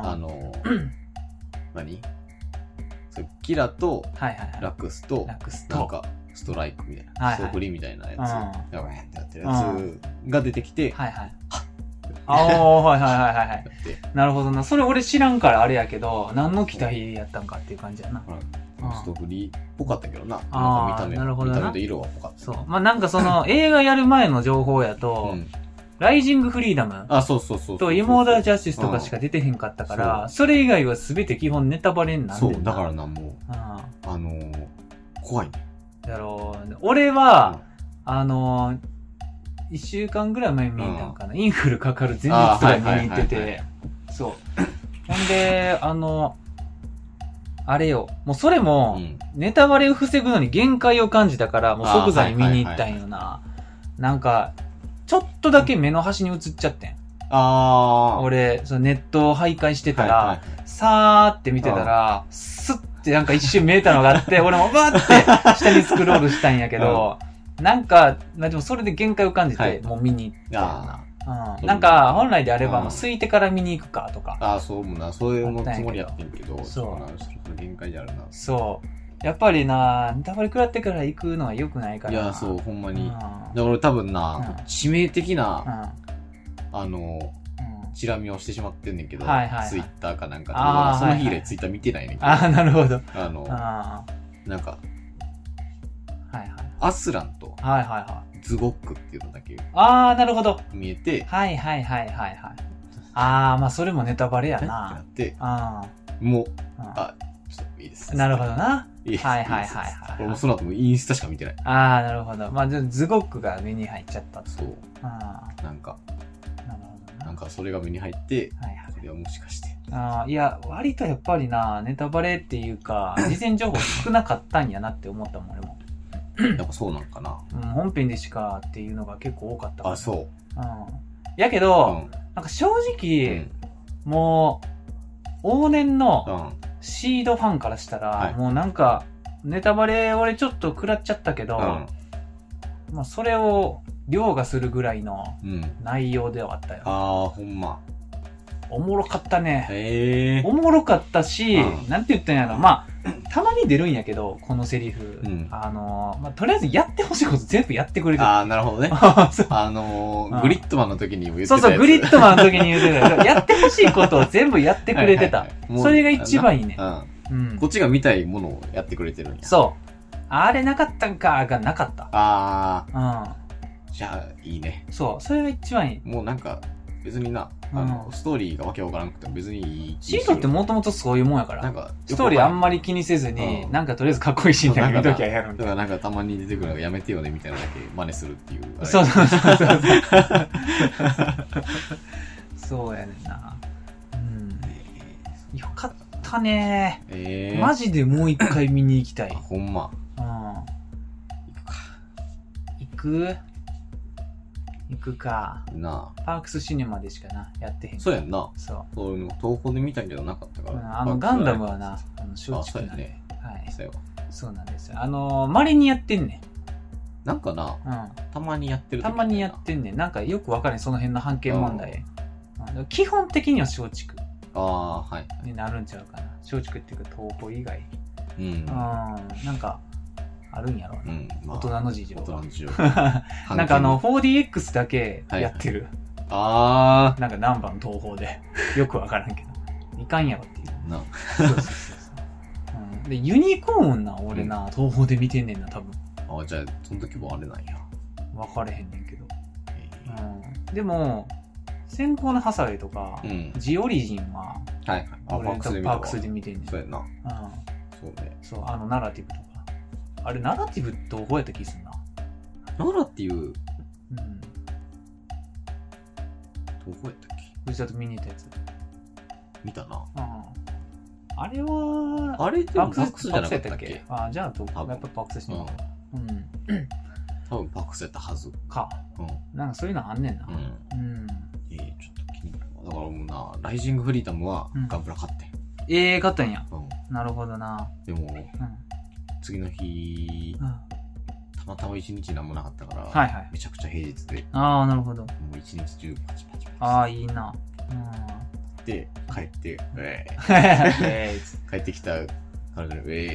キラとラクスと、なんかストライクみたいな、ストフリみたいなやつ、やってるやつが出てきて、なるほどな。それ俺知らんからあれやけど、何の期待やったんかっていう感じやな。 ストフリっぽかったけどな。 見た目と色はぽかった。 そう。まあなんか映画やる前の情報やと、ライジングフリーダムとイモーダージャスティスとかしか出てへんかったから、それ以外は全て基本ネタバレになるんだ。 そう、だからな、もう、怖いね。 だろう。俺は、1週間ぐらい前に見たんかな。インフルかかる前日とかに見に行ってて。そう。ほんで、あれよ。もうそれも、ネタバレを防ぐのに限界を感じたから、もう即座に見に行ったんよな。なんか、ちょっとだけ目の端に映っちゃってん。俺、ネットを徘徊してたら、さーって見てたら、スッてなんか一瞬見えたのがあって、俺もバーって下にスクロールしたんやけど、なんか、でもそれで限界を感じて、もう見に行ったよな。なんか、本来であればもう空いてから見に行くかとか。 そうもな、そういうつもりやってんけど、そう。限界じゃあるな。 そう。やっぱりな、ネタバレ食らってから行くのは良くないから。 いや、そう、ほんまに。だから俺多分な、致命的な、チラ見をしてしまってんねんけど、ツイッターかなんかで、その日以来ツイッター見てないねんけど。 なるほど。 なんか、アスランと、ズゴックっていうのだけ。 なるほど。 見えて。 まあそれもネタバレやな。 もう、ちょっといいです。 なるほどな。 俺もその後もインスタしか見てない。 なるほど。まあ、ズゴックが目に入っちゃった。 そう。なんかかそれが目に入って、はいはい、これはもしかして。 いや、割とやっぱりな、ネタバレっていうか、事前情報少なかったんやなって思ったもん、俺も。 やっぱそうなんかな。 うん、本編でしかっていうのが結構多かったから。 あ、そう。 うん。やけど、なんか正直、もう、往年のシードファンからしたら、もうなんか、ネタバレ俺ちょっと食らっちゃったけど、まあそれを凌駕するぐらいの内容ではあったよ。 ほんま。 おもろかったね。おもろかったし、なんて言ったんやろ。まあ、たまに出るんやけど、このセリフ。まあ、とりあえずやってほしいこと全部やってくれてる。 なるほどね。グリッドマンの時にも言ってたやつ。 そう、グリッドマンの時に言ってた。やってほしいことを全部やってくれてた。それが一番いいね。 こっちが見たいものをやってくれてるんや。 そう。あれなかったんかがなかった。 じゃあ、いいね。 そう。それが一番いい。 もうなんか、別にな、ストーリーがわけわからなくても別にいい。 シートってもともとそういうもんやから。なんか、ストーリーあんまり気にせずに、なんかとりあえずかっこいいシーンだけ見ときゃやるみたいな。 だからなんかたまに出てくるのがやめてよねみたいなだけ真似するっていう。 そう。そうやねんな。よかったねー。マジでもう一回見に行きたい。 ほんま。 行くか。 なあ。 パークスシネマでしかな、やってへん。 そうやんな。 そう。 そういうの、東宝で見たけどなかったから。 ガンダムはな、松竹なんで。 ね。 はい。 そうなんですよ。まれにやってんねん。 なんかな、たまにやってる。 たまにやってんねん。なんかよくわかんない、その辺の判権問題。基本的には松竹。 はい。 になるんちゃうかな。松竹っていうか東宝以外。なんか、あるんやろうな。大人の事情。 大人の事情。 なんか4DX だけやってる。なんか何番東宝で。よくわからんけど。いかんやろっていう。そう。で、ユニコーンな、俺な、東宝で見てんねんな、多分。 じゃあ、その時もあれなんや。 分かれへんねんけど。でも、先行のハサウェイとか、ジオリジンは、俺パークスで見てんねん。 そうやな。そうね。 そう、ナラティブとか。あれ、ナラティブどうやった気すんな。 ナラティブどこやったっけ？ 藤田と見に行ったやつ。 見たな。 あれは、 あれでもパークスじゃなかったっけ？ じゃあ、やっぱパークスしない。 多分パークスやったはず。 なんかそういうのあんねんな。 ちょっと気になるわ。だからもうな、ライジングフリーダムはガンプラ買ってん。 買ったんや。なるほどな。 でも、次の日、たまたま一日何もなかったから、めちゃくちゃ平日で。 なるほど。 もう一日中パチパチ。 いいな。 で、帰って、帰ってきた彼女に、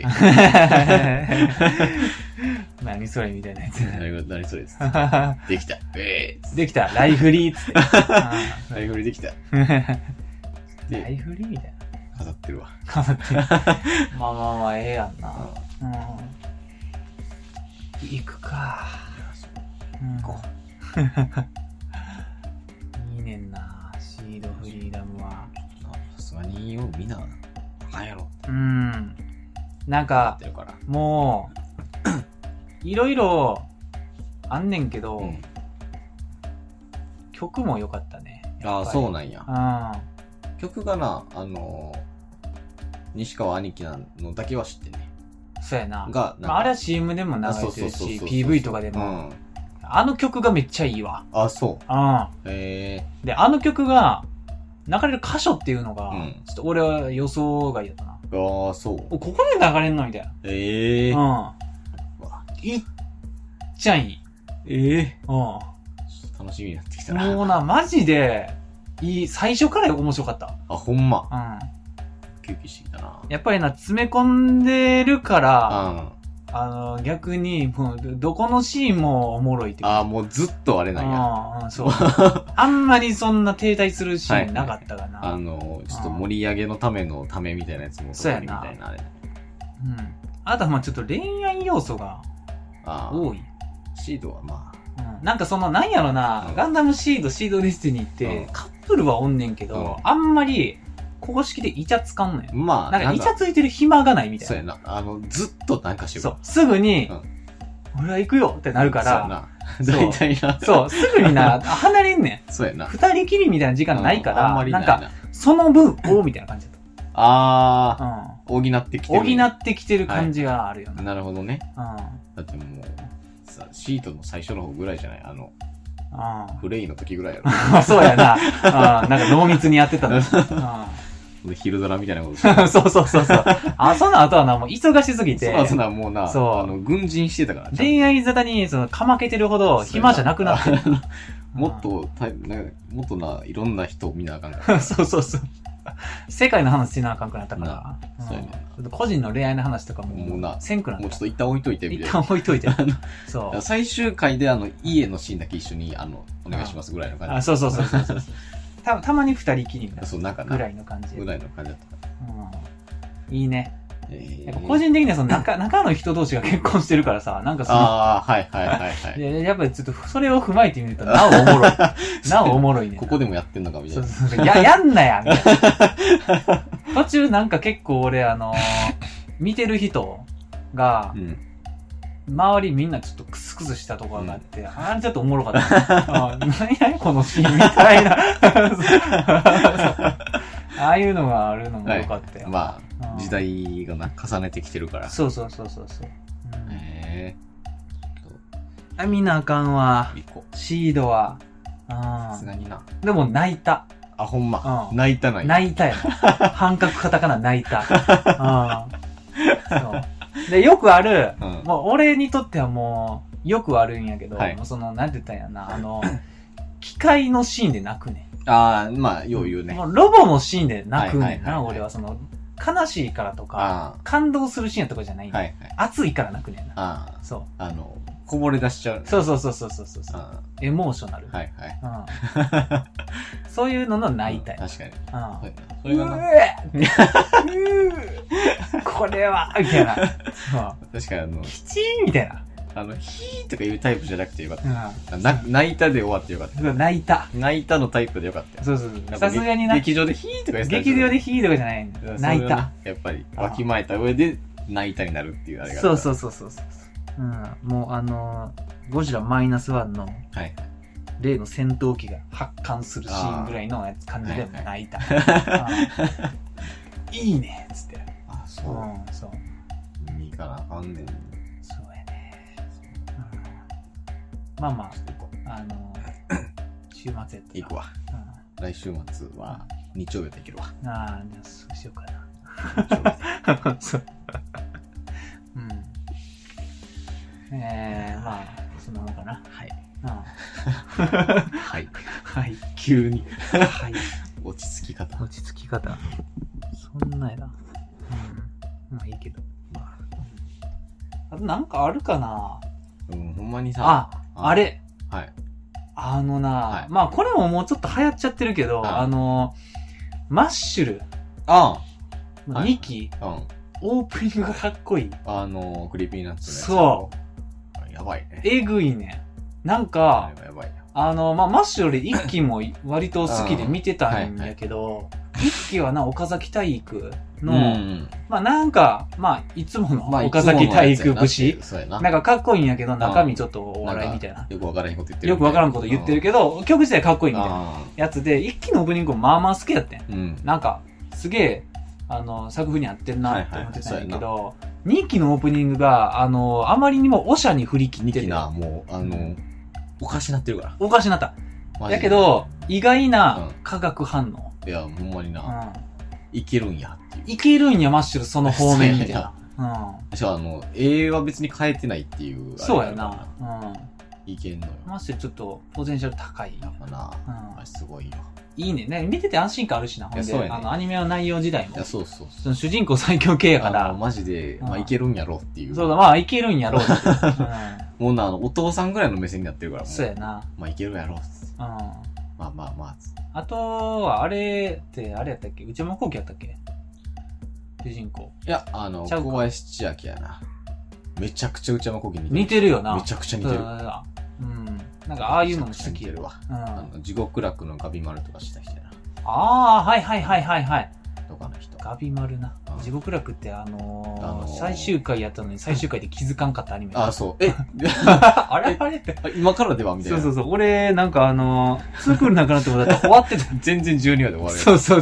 何それみたいなやつ。 何それです。できた。 できた。ライフリーっつって。 ライフリーできた。 ライフリーみたいな。 飾ってるわ。 飾ってる。まあ、ええやんな。行くか。 行こう。いいねんな、シードフリーダムは。 さすがによ、みんな、あかんやろ。 なんか、もう、いろいろあんねんけど、曲も良かったね。 そうなんや。曲がな、西川兄貴なのだけは知ってんね。 そうやな。あれは CM でも流れてるし、PV とかでも。あの曲がめっちゃいいわ。 そう。 で、あの曲が流れる箇所っていうのが、ちょっと俺は予想外だったな。 そう。 ここで流れんのみたいな。いっちゃいい。 楽しみになってきたな。 もうな、マジで、最初から面白かった。 ほんま。ウキウキしてきたな。 やっぱりな、詰め込んでるから、逆に、もう、どこのシーンもおもろいって。 もうずっとあれなんや。 そう。あんまりそんな停滞するシーンなかったかな。 ちょっと盛り上げのためのためみたいなやつもそうやな。みたいなあれ。あとはまあちょっと恋愛要素が多い。 シードはまあ。 なんかその、なんやろな、ガンダムシードディスティニーって、カップルはおんねんけど、あんまり、公式でイチャつかんのよ。なんかイチャついてる暇がないみたいな。 そうやな。ずっとなんかしてる。 そう。すぐに、俺は行くよってなるから、 大体な。 そう、すぐにな、離れんねん。 そうやな。 二人きりみたいな時間ないから、 あんまりなんか、その分、みたいな感じだった。 補ってきてる。 補ってきてる感じがあるよね。 なるほどね。だってもう、さ、シートの最初の方ぐらいじゃないフレイの時ぐらいやろ。そうやな。なんか濃密にやってたの。 昼ドラみたいなことして。そう。その後はな、もう忙しすぎて。 その後はもうな、軍人してたから。 恋愛沙汰に、かまけてるほど暇じゃなくなってる。 もっとな、いろんな人を見なあかんから。 そう。世界の話しなあかんくなったから。そうやね。個人の恋愛の話とかもうせんくなった。 もうちょっと一旦置いといてみたいな。 一旦置いといて。そう。 最終回で家のシーンだけ一緒にお願いしますぐらいの感じ。 そう。たまに二人きりになるぐらいの感じ。 ぐらいの感じだった。 いいね。個人的には中の人同士が結婚してるからさ、なんかはい。 やっぱりちょっとそれを踏まえてみると、なおおもろい。なおおもろいね。 ここでもやってんのかみたいな。 そう。やんなやみたいな。途中なんか結構俺見てる人が、周りみんなちょっとクスクスしたところがあって、あれちょっとおもろかった。何やこのシーンみたいな。ああいうのがあるのもよかったよ。 まあ、時代が重ねてきてるから。 そう。見なあかんわ。シードは。 さすがにな。 でも泣いた。 ほんま。泣いたな。 泣いたよ。半角カタカナ泣いた。そう。で、よくある、もう俺にとってはもう、よくあるんやけど、なんて言ったんやな、機械のシーンで泣くねん。 まあ、よう言うね。 ロボのシーンで泣くねんな、俺は。悲しいからとか、感動するシーンとかじゃないんで、熱いから泣くねんな。そう。 こぼれ出しちゃう。 そう。エモーショナル。そういうのの泣いたい。 確かに。それがな。 これは、みたいな。 確かにきちーみたいな。 ヒーとかいうタイプじゃなくてよかった。泣いたで終わってよかった。 泣いたのタイプでよかったよ。 そう。さすがにな。 劇場でヒーとか言ってた。 劇場でヒーとかじゃないんだ。泣いた。 やっぱり、わきまえた上で泣いたになるっていうあれが。 そう。もうゴジラマイナス1の、例の戦闘機が発艦するシーンぐらいの感じで泣いた。いいねっつって。 そう。見に行かなあかんねん。 そうやね。まあ、週末やったら。 行くわ。来週末は日曜日で行けるわ。 じゃあそうしようかな。そう。まあ、そんなもんかな。 はい。急に。落ち着き方。 そんなやな。まあいいけど。あとなんかあるかな。 ほんまにさ。 あれ。まあこれももうちょっと流行っちゃってるけど、マッシュル。2期。オープニングがかっこいい。 クリーピーナッツのやつ。 そう。 やばいね。 えぐいね。なんか、 やばいね。 マッシュル1期も割と好きで見てたんやけど、1期は岡崎体育の、なんか、いつもの岡崎体育節。なんかかっこいいんやけど、中身ちょっとお笑いみたいな。 よくわからんこと言ってる。 よくわからんこと言ってるけど、曲自体かっこいいみたいなやつで、1期のオープニングもまあまあ好きやってん。なんか、すげえ、作風に合ってんなって思ってたんやけど、2期のオープニングが、あまりにもオシャに振り切ってて。 2期な、もう、おかしなってるから。 おかしなった。だけど、意外な化学反応。 いや、ほんまにな。いけるんやっていう。 いけるんや、マッシュル、その方面みたいな。 しかも、絵は別に変えてないっていう。 そうやな。 いけんのよ。 マッシュルちょっと、ポテンシャル高い。 やっぱな。すごいよ。 いいね。見てて安心感あるしな。ほんで、アニメの内容自体も。 いや、そう。 その主人公最強系やから。 マジで、いけるんやろっていう。 そうだ、いけるんやろって。 もうな、お父さんぐらいの目線になってるから。 そうやな。 いけるやろ。 あとは、あれって、あれやったっけ？内山聖輝やったっけ？主人公。 いや、小林千秋やな。めちゃくちゃ内山聖輝似てるよな。 めちゃくちゃ似てる。 なんか、ああいうのも好き。 似てるわ。地獄楽のガビマルとかした人やな。 はい。 とかの人。 ガビマルな。 地獄楽って最終回やったのに最終回で気づかんかったアニメ。 そう。 あれって今からではみたいな。 そう。俺、なんか2クールなんかなって思ったら終わってた。 全然12話で終わる。 そう。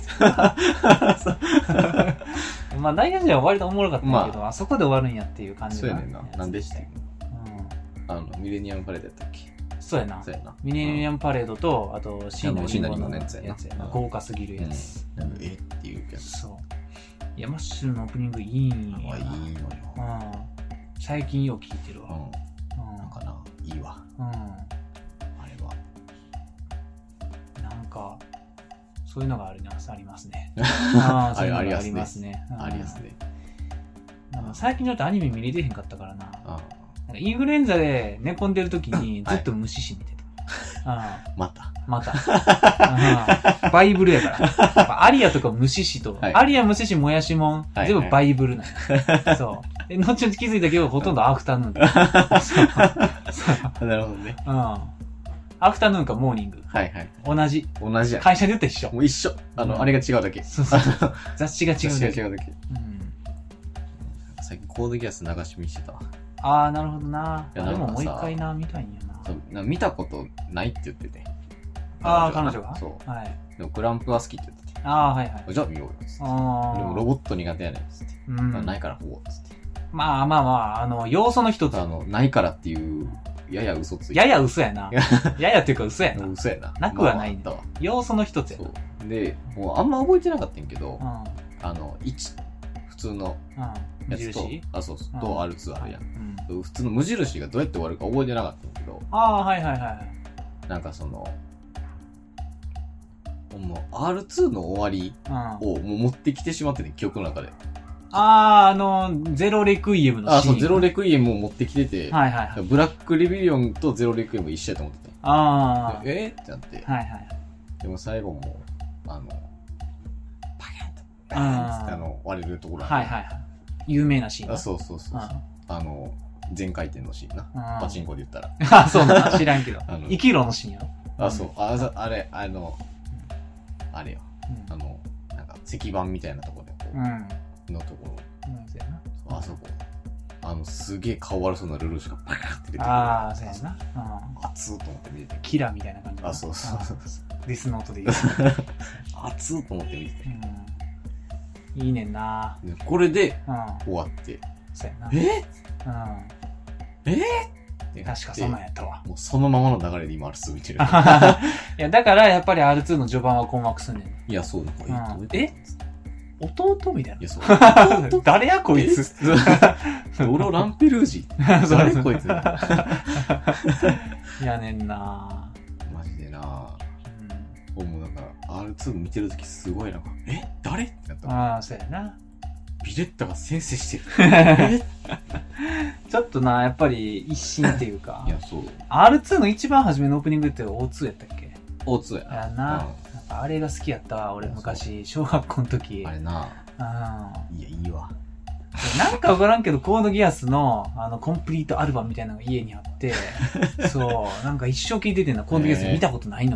まあ、内野陣は割とおもろかったんだけど、あそこで終わるんやっていう感じそうやねんな。なんでしてミレニアムパレードやったっけ？ そうやな。ミレニアムパレードと、あと、シーナリンゴのやつやな。豪華すぎるやつ。 っていうやつ。 そう。いや、マッシュルのオープニングいいんや。 いいのよ。 最近よう聞いてるわ。 なんかな、いいわ。あれは。 なんか、そういうのがありますね。 ありますね。ありますね。 最近ちょっとアニメ見れてへんかったからな。インフルエンザで寝込んでる時にずっと虫師見てた。 また。 バイブルやから。アリアとか虫師と、アリア、虫師、もやしもん、全部バイブルなんや。そう。後々気づいたけど、ほとんどアフタヌーン。 なるほどね。 アフタヌーンかモーニング。同じや。会社で言ったら一緒。 もう一緒。あれが違うだけ。 そう。雑誌が違うだけ。 最近コードギアス流し見してたわ。 なるほどな。でももう一回見たいんやな。見たことないって言ってて。 彼女が？ そう。でもクランプは好きって言ってて。じゃあ見ようよ。でもロボット苦手やねん。つって。ないからほう。つって。 まあ、要素の一つ。 ないからっていう、やや嘘ついて。 やや嘘やな。ややっていうか嘘やな。 嘘やな。 なくはないんだわ。要素の一つやな。で、もうあんま覚えてなかったんやけど、普通のやつと、と R2 あるやん。普通の無印がどうやって終わるか覚えてなかったんやけど、なんかもう R2 の終わりをもう持ってきてしまってね、記憶の中で。 ゼロレクイエムのシーン。 そう、ゼロレクイエムを持ってきてて、ブラックレビリオンとゼロレクイエム一緒やと思ってて。ってなって。でも最後も、パキャンと、バーンって割れるところ有名なシーン。 そう。全回転のシーンな。パチンコで言ったら。 そうな。知らんけど。生きろのシーンやろ。 そう。あれよ。なんか石板みたいなところでこう、のところ。あそこ。すげえ顔悪そうなルルーシュがパカーって出てくる。 そうやな。 熱ーと思って見てて。 キラーみたいな感じ。 そう。 デスノートで言う。 熱ーと思って見てて。 いいねんな。 これで終わって。 そうやな。確かそんなんやったわ。 もうそのままの流れで今 R2 見てる。 いや、だからやっぱり R2 の序盤は困惑すんねん。 いや、そうだ。 弟みたいな。 いや、そう。 誰やこいつ。 俺をランペルージ。誰こいつ。 やねんな。 マジでな。もうなんか R2 見てるときすごいなんか、誰ってなった。 そうやな。 ビレッタが先制してる。 ちょっとな、やっぱり一新っていうか。 いや、そう。 R2 の一番初めのオープニングって O2 やったっけ？ O2 やな。 やな。あれが好きやったわ、俺昔、小学校の時。 あれな。いや、いいわ。 なんかわからんけど、コードギアスの、コンプリートアルバムみたいなのが家にあって、そう、なんか一生聴いててんな、コードギアス見たことないの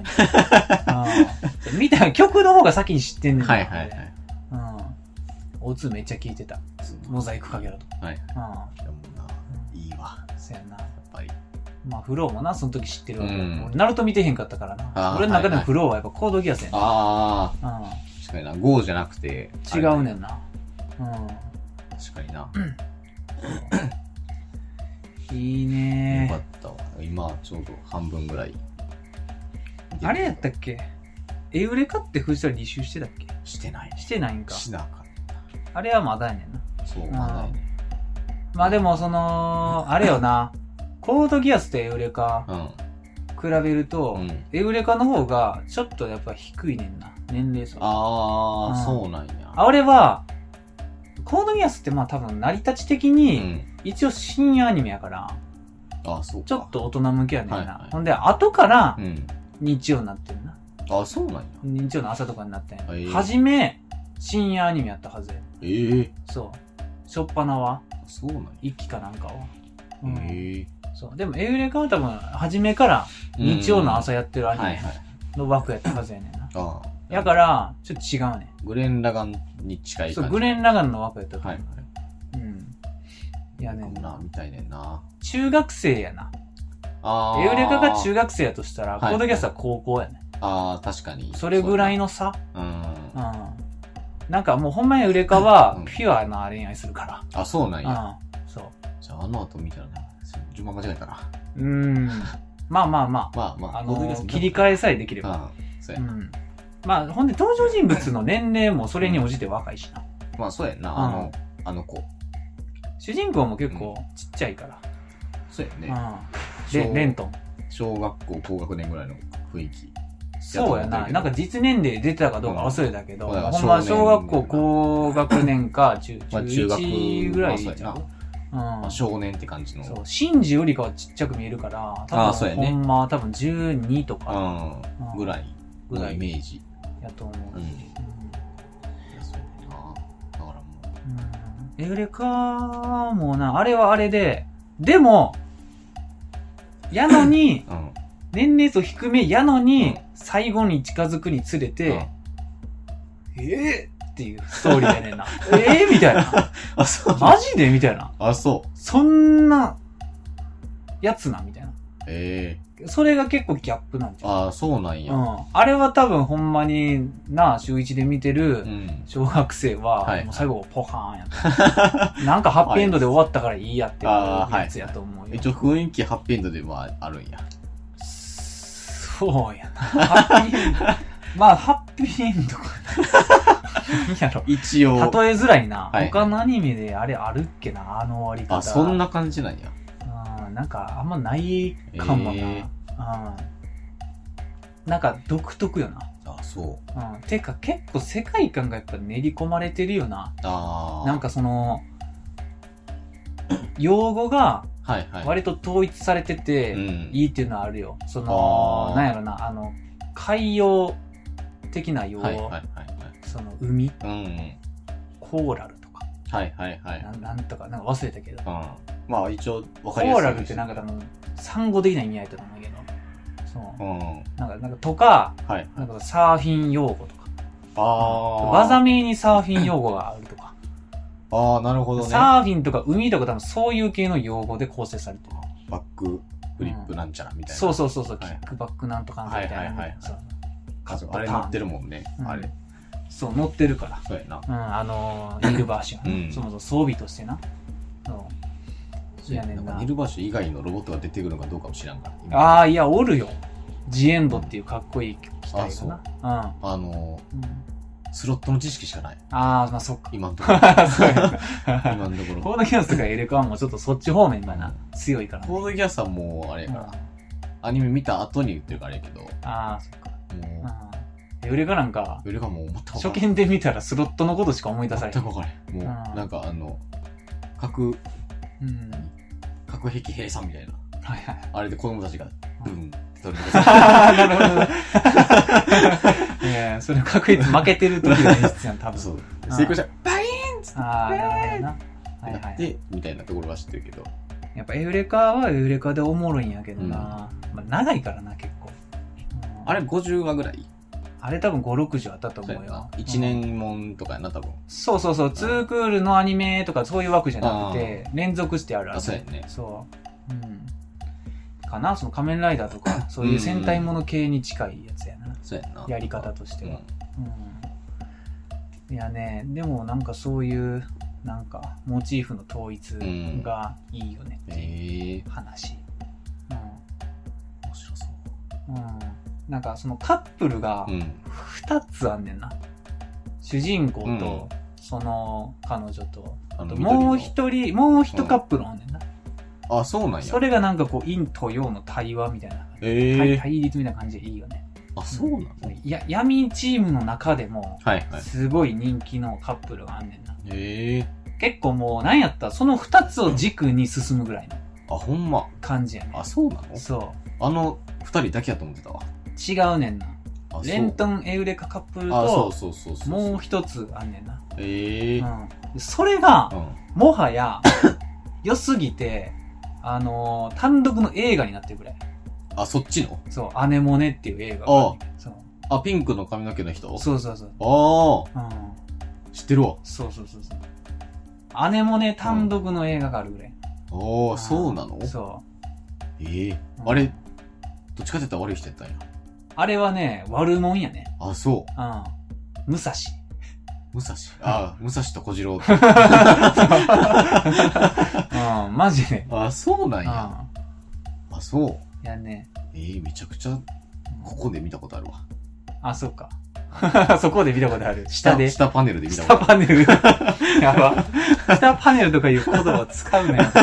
に。曲の方が先に知ってんねん。O2 めっちゃ聴いてた。モザイクかけろと。 いや、もうな、いいわ。 そうやな。 やっぱり。 まあ、フローもな、その時知ってるわけ。俺、ナルト見てへんかったからな。俺の中でのフローはやっぱコードギアスやな。 確かにな、GO じゃなくて。 違うねんな。 確かにな。 いいねよかったわ。今、ちょうど半分ぐらい。 あれやったっけ？エウレカって藤田履修してたっけ？ してない。 してないんか。 しなかった。 あれはまだやねんな。 そう、まだやねん。 まあでも、あれよな。コードギアスとエウレカ比べると、エウレカの方がちょっとやっぱ低いねんな。年齢層。 そうなんや。 あれは、コードギアスってまあ多分成り立ち的に、一応深夜アニメやから、 そうか。 ちょっと大人向けやねんな。ほんで、後から日曜になってるな。 そうなんや。 日曜の朝とかになってんや。はじめ、深夜アニメやったはずや。そう。しょっぱなはそうなんや。 一期かなんかは。そう。でも、エウレカは多分、初めから日曜の朝やってるアニメの枠やったはずやねんな。 やから、ちょっと違うね。 グレン・ラガンに近い感じ。 そう、グレン・ラガンの枠やったと思う。 はい。 うん。いやねんな。みたいねんな。 中学生やな。エウレカが中学生やとしたら、コードキャストは高校やね。 確かに。 それぐらいの差。なんかもうほんまにエウレカは、ピュアな恋愛するから。 そうなんや。 そう。 じゃあ、後見たらね、順番間違えたな。 まあ、切り替えさえできれば。 そうやな。 まあ、ほんで登場人物の年齢もそれに応じて若いしな。 まあ、そうやな。あの子。 主人公も結構ちっちゃいから。 そうやね。 レントン。 小学校高学年ぐらいの雰囲気。 そうやな。なんか実年齢出てたかどうか忘れたけど、ほんま小学校高学年か中1ぐらいじゃん。 少年って感じの。 そう。シンジよりかはちっちゃく見えるから、多分ほんま多分12とか。 ぐらいのイメージ。 やと思う。 そうやな。だからもう。エウレカもな、あれはあれで、でも、やのに、年齢層低めやのに、最後に近づくにつれて、っていうストーリーやねんな。みたいな。マジでみたいな。そんな、やつな、みたいな。それが結構ギャップなんじゃん。 そうなんや。 あれは多分ほんまに週1で見てる小学生は、もう最後ポカーンやった。なんかハッピーエンドで終わったからいいやっていうやつやと思うよ。 一応雰囲気ハッピーエンドではあるんや。 そうやな。ハッピーエンド。まあ、ハッピーエンドかな。何やろ。 一応。 例えづらいな。他のアニメであれあるっけな、あの終わり方。 そんな感じなんや。 なんかあんまないかもな。なんか独特よな。 そう。 てか結構世界観がやっぱ練り込まれてるよな。なんかその、用語が割と統一されてていいっていうのはあるよ。その、なんやろな、海洋的な用語。その海、コーラルとか。なんとか、なんか忘れたけど。 まあ一応分かりやすい。 コーラルってなんか多分、産語的な意味合いだと思うけど。そう。なんかとか、なんかサーフィン用語とか。技名にサーフィン用語があるとか。 なるほどね。 サーフィンとか海とか多分そういう系の用語で構成されてる。 バックフリップなんちゃらみたいな。 そう。キックバックなんとかみたいな。 あれ乗ってるもんね。あれ。 そう、乗ってるから。 そうやな。 ニルバーシュン。そもそも装備としてな。 いやねんな。ニルバーシュ以外のロボットが出てくるのかどうかも知らんから。 いや、おるよ。ジエンドっていうかっこいい機体がな。 スロットの知識しかない。 まあそっか。 今のところ。今のところ。 コードギャスとかエレカはもうちょっとそっち方面がな、強いから。 コードギャスはもう、あれやから。アニメ見た後に言ってるからやけど。 そっか。もう。エレカなんか、 エレカもう全く初見で見たらスロットのことしか思い出されない。 全く分からへん。もう、なんか核兵器閉鎖みたいな。あれで子供たちが、ブンって取り出なるほど。いやそれ確率負けてる時の演出やん、多分。 そう。成功したら、バイーンっつって。 なるほどな。 やって、みたいなところは知ってるけど。 やっぱエウレカはエウレカでおもろいんやけどな。長いからな、結構。 あれ50話ぐらい？ あれ多分5、60あったと思うよ。 1年もんとかやな、多分。 そう。2クールのアニメとかそういう枠じゃなくて、連続してある。 そうやね。 そう。かな、その仮面ライダーとか、そういう戦隊もの系に近いやつやな。 そうやな。 やり方としては。いやね、でもなんかそういう、なんか、モチーフの統一がいいよねっていう話。 面白そう。 なんかそのカップルが2つあんねんな。主人公とその彼女と、あともう一カップルあんねんな。 そうなんや。 それがなんかこう陰と陽の対話みたいな。対立みたいな感じでいいよね。 そうなの？ 闇チームの中でもすごい人気のカップルがあんねんな。結構もうなんやったらその2つを軸に進むぐらいのほんま感じやね。 そうなの？ そう。 2人だけやと思ってたわ。 違うねんな。レントン・エウレカカップルともう一つあんねんな。それがもはや良すぎて単独の映画になってるぐらい。 そっちの？ そう、アネモネっていう映画がある。 あ、ピンクの髪の毛の人？ そうそうそう。 ああ。知ってるわ。 そうそうそうそう。姉もね、単独の映画があるぐらい。 ああ、そうなの？ そう。 あれ、どっちかって言ったら悪い人やったんや。 あれはね、悪者やね。 あ、そう。 武蔵。 武蔵。武蔵と小次郎。 マジで。 あ、そうなんや。あ、そう。 いやね。 めちゃくちゃ、ここで見たことあるわ。 あ、そうか。そこで見たことある。 下パネルで見たことある。下パネル。やば。下パネルとかいう言葉を使うなよ。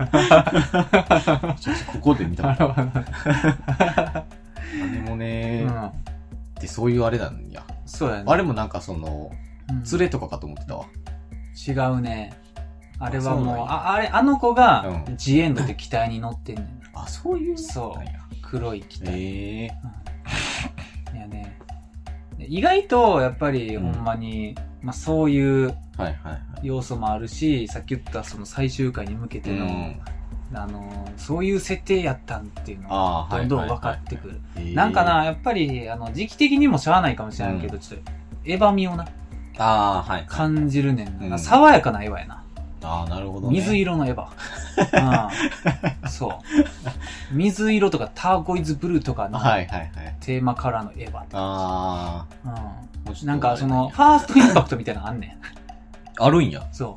ここで見たことある。でもね、で、そういうあれなんや。 そうやね。 あれもなんか連れとかかと思ってたわ。 違うね。あれはもう、あの子が、ジエンドって機体に乗ってんねん。 あ、そういうそう。黒い機体。いやね。意外と、やっぱり、ほんまに、まあそういう要素もあるし、さっき言ったその最終回に向けての、そういう設定やったんっていうのが、どんどん分かってくる。なんかな、やっぱり、時期的にもしゃあないかもしれないけど、ちょっと、エヴァ味をな、感じるねんな。爽やかなエヴァやな。 ああ、なるほどね。 水色のエヴァ。そう。水色とかターコイズブルーとかのテーマカラーのエヴァって感じ。なんかその、ファーストインパクトみたいなのあんねん。 あるんや。 そう。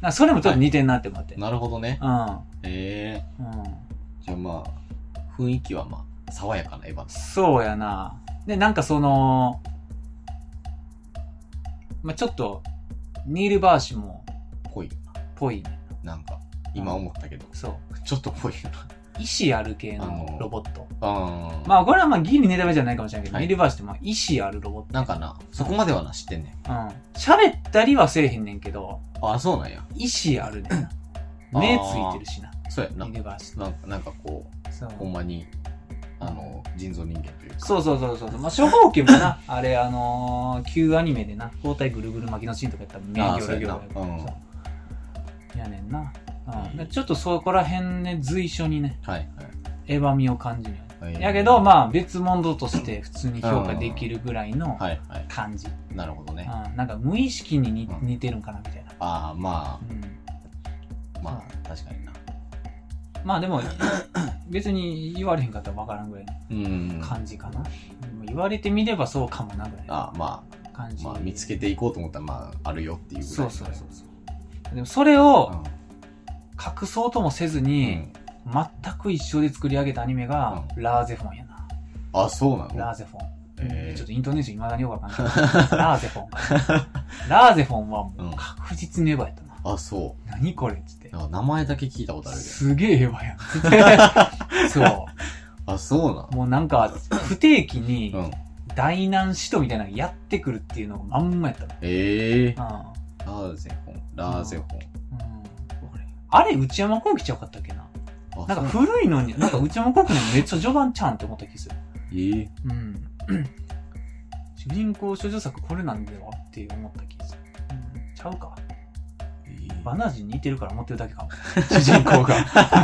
それもちょっと似てんなって思って。 なるほどね。じゃあまあ、雰囲気はまあ、爽やかなエヴァ。 そうやな。で、なんかその、まあちょっと、ニール・バーシも、ぽいね。 なんか、今思ったけど。 そう。 ちょっとぽいな。 意志ある系のロボット。まあこれはまあギリネタバレじゃないかもしれないけど、ニール・バーシってまあ意志あるロボット。 なんかな、そこまではな、知ってんねん。 喋ったりはせえへんねんけど。 あ、そうなんや。 意志あるねんな。目ついてるしな。 そうやな。 ニール・バーシ。 なんかこう、ほんまに、人造人間というか。 そう。まあ、初号機もな、あれ、旧アニメでな、包帯ぐるぐる巻きのシーンとかやったら、名魚で魚やねんな。ちょっとそこら辺ね、随所にね、エヴァ味を感じるよね。やけど、まあ、別物として普通に評価できるぐらいの感じ。 なるほどね。 なんか無意識に似てるんかな、みたいな。 ああ、まあ、確かにな。 まあでも、別に言われへんかったら分からんぐらいの感じかな。言われてみればそうかもなぐらいの感じ。 まあ見つけていこうと思ったら、まあ、あるよっていうぐらい。 そう。でもそれを隠そうともせずに、全く一緒で作り上げたアニメが、ラーゼフォンやな。 あ、そうなの？ ラーゼフォン。ちょっとイントネーション未だによくわかんない。ラーゼフォンか。ラーゼフォンはもう確実にエヴァやったな。 あ、そう。 何これっつって。 名前だけ聞いたことあるけど。 すげえエヴァやん。そう。 あ、そうなの？ もうなんか、不定期に、大難使徒みたいなのやってくるっていうのがまんまやったの。 ラーゼフォン。 あれ、内山聖輝ちゃうかったっけな。なんか古いのに、なんか内山聖輝のめっちゃ序盤ちゃんって思った気する。主人公処女作これなんだよって思った気する。ちゃうか。バナージに似てるから思ってるだけかも。主人公が。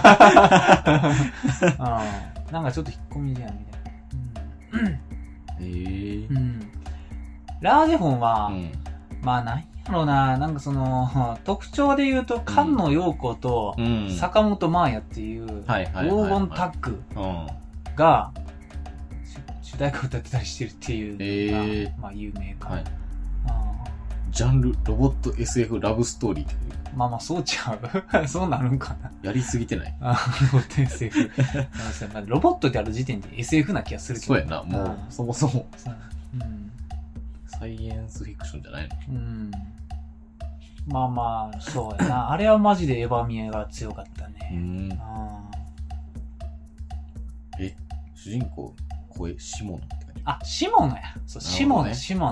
なんかちょっと引っ込み思案みたいな。ラーゼフォンは、まあなんやろうな、なんかその、特徴で言うと、菅野陽子と坂本真綾っていう黄金タッグが、主題歌歌ってたりしてるっていうのが、まあ有名かな。 ジャンル、ロボット SF ラブストーリーって。 まあそうちゃうそうなるんかな。 やりすぎてない？ ロボット SF。ロボットである時点で SF な気がするけど。 そうやな、もう、そもそも。サイエンスフィクションじゃないの？ まあ、そうやな。あれはマジでエヴァ見えが強かったね。 主人公、声、シモノって感じ？ あ、シモノや。そう、シモノ。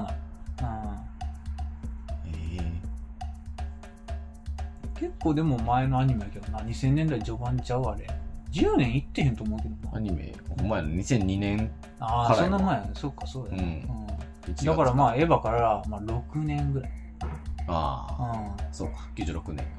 結構でも前のアニメやけどな、2000年代序盤ちゃうあれ。10年いってへんと思うけどな。 アニメ、お前の2002年から。 ああ、そんな前やね。そうか、そうやね。だからまあ、エヴァから、まあ、6年ぐらい。 そうか、96年。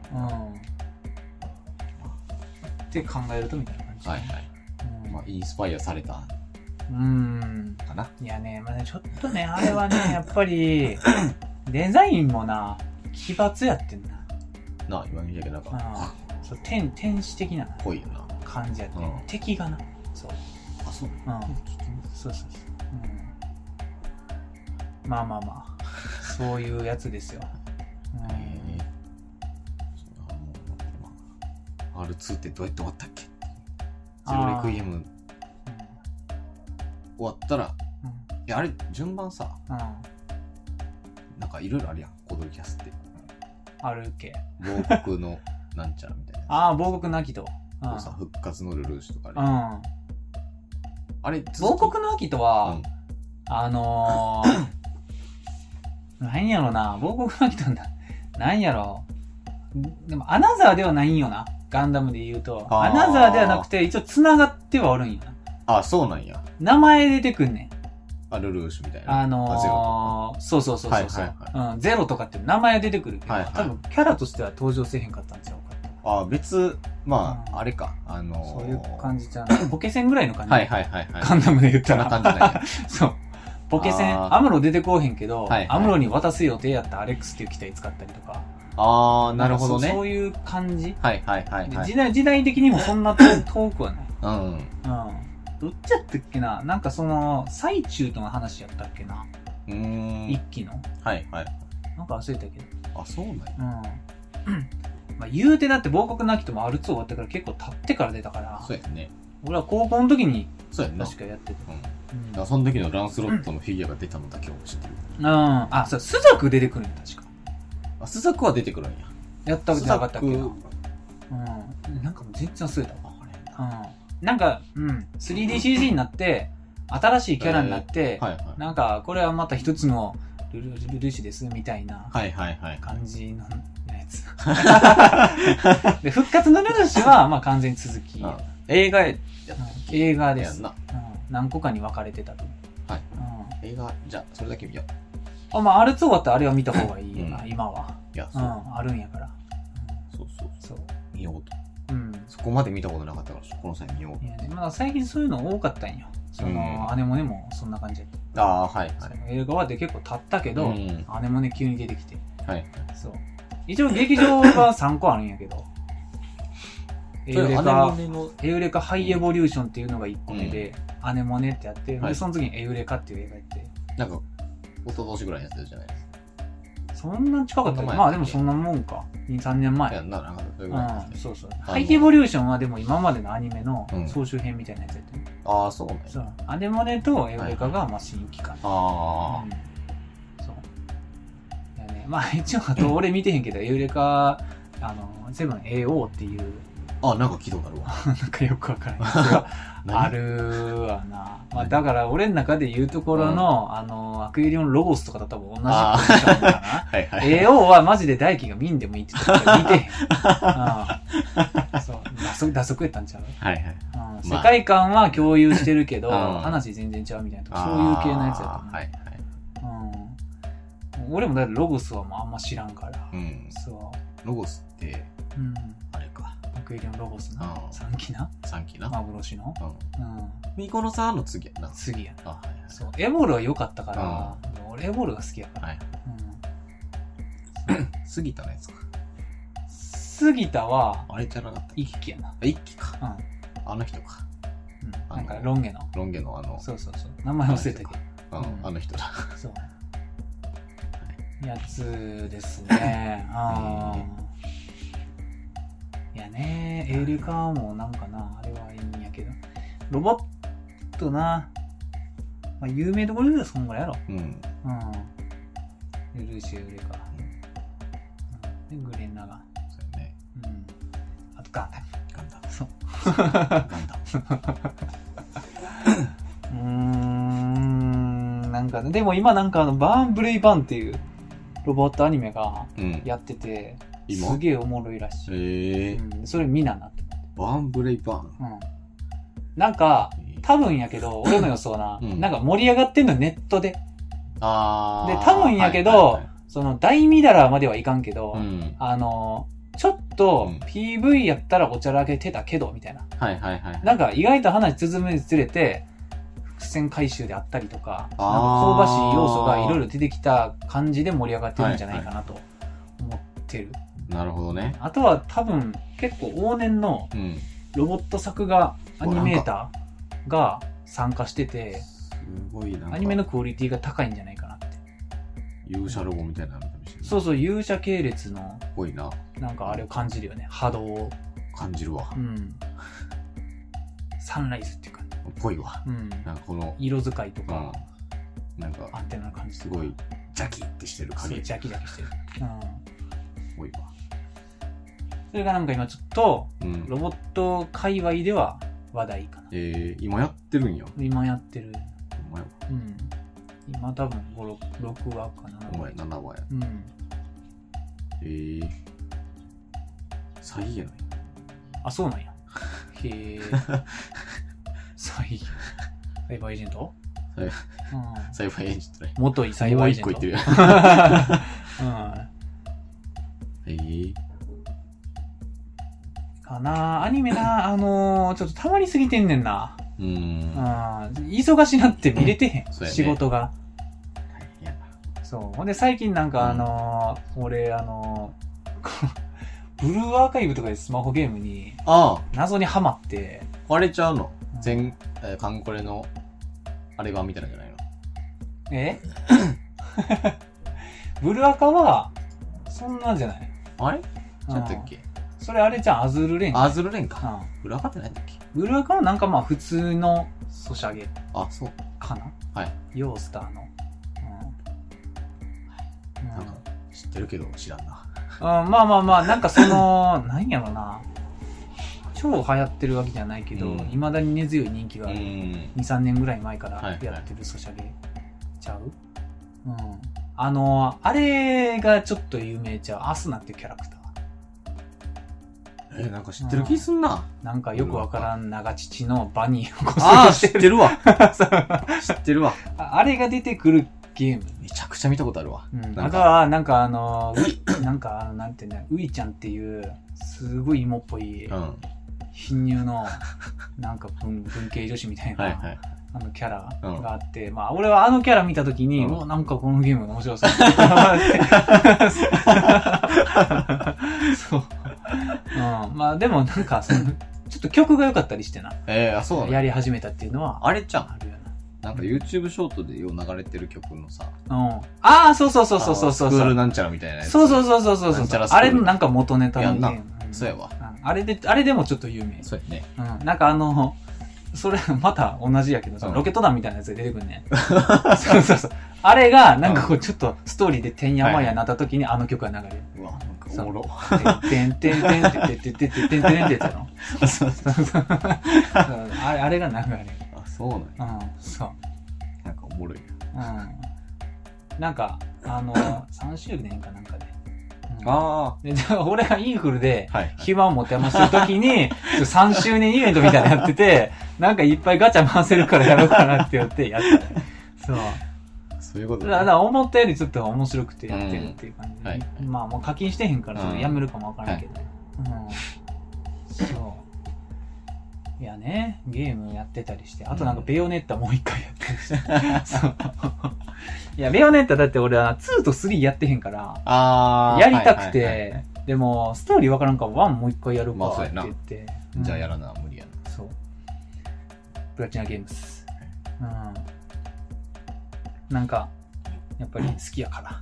って考えるとみたいな感じ。 まあ、インスパイアされた。かな。 いやね、まあね、ちょっね、あれはね、やっぱり、デザインもな、奇抜やってんな。 なあ、今見たけどなんか、 そう、天使的なぽいよな感じやって、敵がな、そう。 あ、そう。 そうそうそう。まあまあまあ、そういうやつですよ。 R2 ってどうやって終わったっけ？ゼロレクイエム終わったら、いやあれ順番さ、なんかいろいろあるやん、コドルキャスって。 あるっけ？ 亡国のなんちゃらみたいな。 ああ、亡国の秋と。 さ、復活のルルーシュとかね。 あれ、 亡国の秋とは、なんやろな、亡国の秋となんやろ。でも、アナザーではないんよな。ガンダムで言うと。アナザーではなくて、一応繋がってはおるんやな。あ、そうなんや。 名前出てくんねん。 ルルーシュみたいな。 そうそう。ゼロとかって名前出てくるけど、多分キャラとしては登場せえへんかったんちゃうか。 別、まあ、あれか。 そういう感じじゃん。ポケセンぐらいの感じ。 はい。 ガンダムで言ったら。 そんな感じなんや。 そう。ポケセン、アムロ出てこうへんけど、アムロに渡す予定やったアレックスっていう機体使ったりとか。 なるほどね。 そういう感じ。 はい。 時代的にもそんな遠くはない。どっちやったっけな、なんか最中との話やったっけな。一期の。なんか忘れたけど。 あ、そうなんや。 まあ言うてだって亡国の秋とも R2 終わってから結構経ってから出たから。 そうやね。 俺は高校の時に、 確かやってた。 その時のランスロットのフィギュアが出たのだけを知ってる。 そう、スザク出てくるんや、確か。 スザクは出てくるんや。 やったことなかったっけど。なんかもう全然忘れたわ。なんか、3DCG になって、新しいキャラになって、なんか、これはまた一つのルルシです、みたいな感じのやつ。で、復活のルルシは、まあ完全に続き。 映画です。何個かに分かれてたと。 映画、じゃあ、それだけ見よう。まあ、R2 終わったらあれは見た方がいいよな、今は。 いや、 あるんやから。 そう。見ようと。そこまで見たことなかったから、この際見よう。 いやね、まあ最近そういうの多かったんよ。アネモネもそんな感じやった。映画はで結構経ったけど、アネモネ急に出てきて。そう。一応劇場が3個あるんやけど。エウレカハイエボリューションっていうのが1個目で、アネモネってやって、で、その次にエウレカっていう映画やって。 なんか、一昨年ぐらいのやつじゃないですか。 そんな近かったまあでもそんなもんか。2、3年前。そう。ハイエボリューションはでも今までのアニメの総集編みたいなやつやってる。 そうね。 そう。アネモネとエウレカがまあ新規かな。そう。まあ一応あと俺見てへんけど、エウレカ、セブン AO っていう。 なんか聞いたことあるわ。 なんかよくわからない。あるわな。まあだから俺の中で言うところの、アクエリオンロゴスとかと多分同じポジションかな。AO はマジで大輝が見んでもいいって言ったから見てへん。そう。打足やったんちゃう？世界観は共有してるけど、話全然違うみたいな。そういう系のやつやと思う。俺もだってロゴスはあんま知らんから。そう。 ロゴスって、あれか。 アクエリオンロゴスな。3期な。幻の。 ミコノさんの次やな。 次やな。そう。エボルは良かったから、俺エボルが好きやから。 杉田のやつか。 杉田は、 あれじゃなかった一期やな。 一期か。あの人か。 なんかロン毛の。そう。名前忘れたけど。 あの人だ。 そう。やつですね。いやね、エウレカもなんかな、あれはいいんやけど。ロボットな、まあ有名どころではそんぐらいやろ。ルルーシュ、エウレカ。で、グレンナガン。 そうやね。 あとガンダム。そう。 ガンダム。なんかね、でも今なんかバーンブレイバーンっていうロボットアニメがやってて、すげえおもろいらしい。それ見ななって。 バーンブレイバーン。 なんか、多分やけど、俺の予想な、なんか盛り上がってんのネットで。で、多分やけど、その、大ミダラーまではいかんけど、ちょっと PV やったらおちゃらけてたけど、みたいな。なんか意外と話進むにつれて、 伏線回収であったりとか、なんか香ばしい要素がいろいろ出てきた感じで盛り上がってるんじゃないかなと思ってる。 なるほどね。 あとは多分結構往年のロボット作画アニメーターが参加してて、 すごいアニメのクオリティが高いんじゃないかなって。 勇者ロボみたいなのかもしれない。 そうそう、勇者系列のぽいな。 なんかあれを感じるよね。波動を感じるわ。 サンライズっていうか、 ぽいわ。なんかこの色使いとか、 なんかアンテナの感じすごいジャキってしてる影。 ジャキジャキしてる。 ぽいわ。 それがなんか今ちょっとロボット界隈では話題かな。 今やってるんや。 今やってる。 お前今多分6話かな。 お前7話や。最やない。 あ、そうなんや。へえ。サイバーエージェント？ サイバーエージェントね。 元いサイバーエージェント。 もう一個言ってるやん。 かなアニメな、ちょっとたまりすぎてんねんな。忙しなって見れてへん。仕事が。そう。ほんで最近なんか俺ブルーアーカイブとかでスマホゲームに謎にハマって。 あれちゃうの？カンコレのあれ版みたいなんじゃないの？ブルーアカはそんなんじゃない？ あれ？ちゃったっけ？ それあれじゃん、アズールレン。 アズールレンか。ブルーアカって何だっけ？ ブルーアカはなんかまあ普通のソシャゲ。 あ、そうかな？ はい。 ヨースターの。 なんか知ってるけど知らんな。 まあ、なんかその、何やろな。超流行ってるわけじゃないけど、未だに根強い人気がある。2、3年ぐらい前からやってるソシャゲちゃう？あれがちょっと有名ちゃう。アスナっていうキャラクター。なんか知ってる気すんな。 なんかよくわからん長乳のバニーを知ってるわ。知ってるわ。 あれが出てくるゲーム。 めちゃくちゃ見たことあるわ。 あとは、なんかなんてね、ウイちゃんっていう、すごい芋っぽい、貧乳の、なんか文系女子みたいな、キャラがあって、まあ、俺はあのキャラ見たときに、なんかこのゲームが面白そう。そう。まあ、でもなんか、ちょっと曲が良かったりしてな。 そうなの？ やり始めたっていうのは。 あれちゃん。あるよな。なんか YouTube ショートでよう流れてる曲のさ。 そう。スクールなんちゃらみたいなやつ。 そう。あれのなんか元ネタのゲーム。 そうやわ。 あれでもちょっと有名。 そうやね。 なんかそれまた同じやけど、ロケット弾みたいなやつが出てくるね。そう。あれが、なんかこうちょっとストーリーでてんやまんやなった時にあの曲が流れる。 うわ、なんかおもろ。 てんてんてんてんてんてんてんてんてんってやつやろ。そう。あれが流れる。 そうなんや。 そう。 なんかおもろいな。なんか、3周年かなんかで。俺がインフルで暇を持て余してる時に、3周年イベントみたいなのやってて、なんかいっぱいガチャ回せるからやろうかなって言ってやったね。そう。 そういうことだから思ったよりちょっと面白くてやってるっていう感じ。まあもう課金してへんからやめるかもわからんけど。そう。いやね、ゲームやってたりして、あとなんかベヨネッタもう一回やったりして。そう。いや、ベヨネッタだって俺は2と3やってへんから、やりたくて、でも、ストーリーわからんから1もう一回やるかって言って。 じゃあやらな、無理やな。そう。プラチナゲームス。なんか、やっぱり好きやから。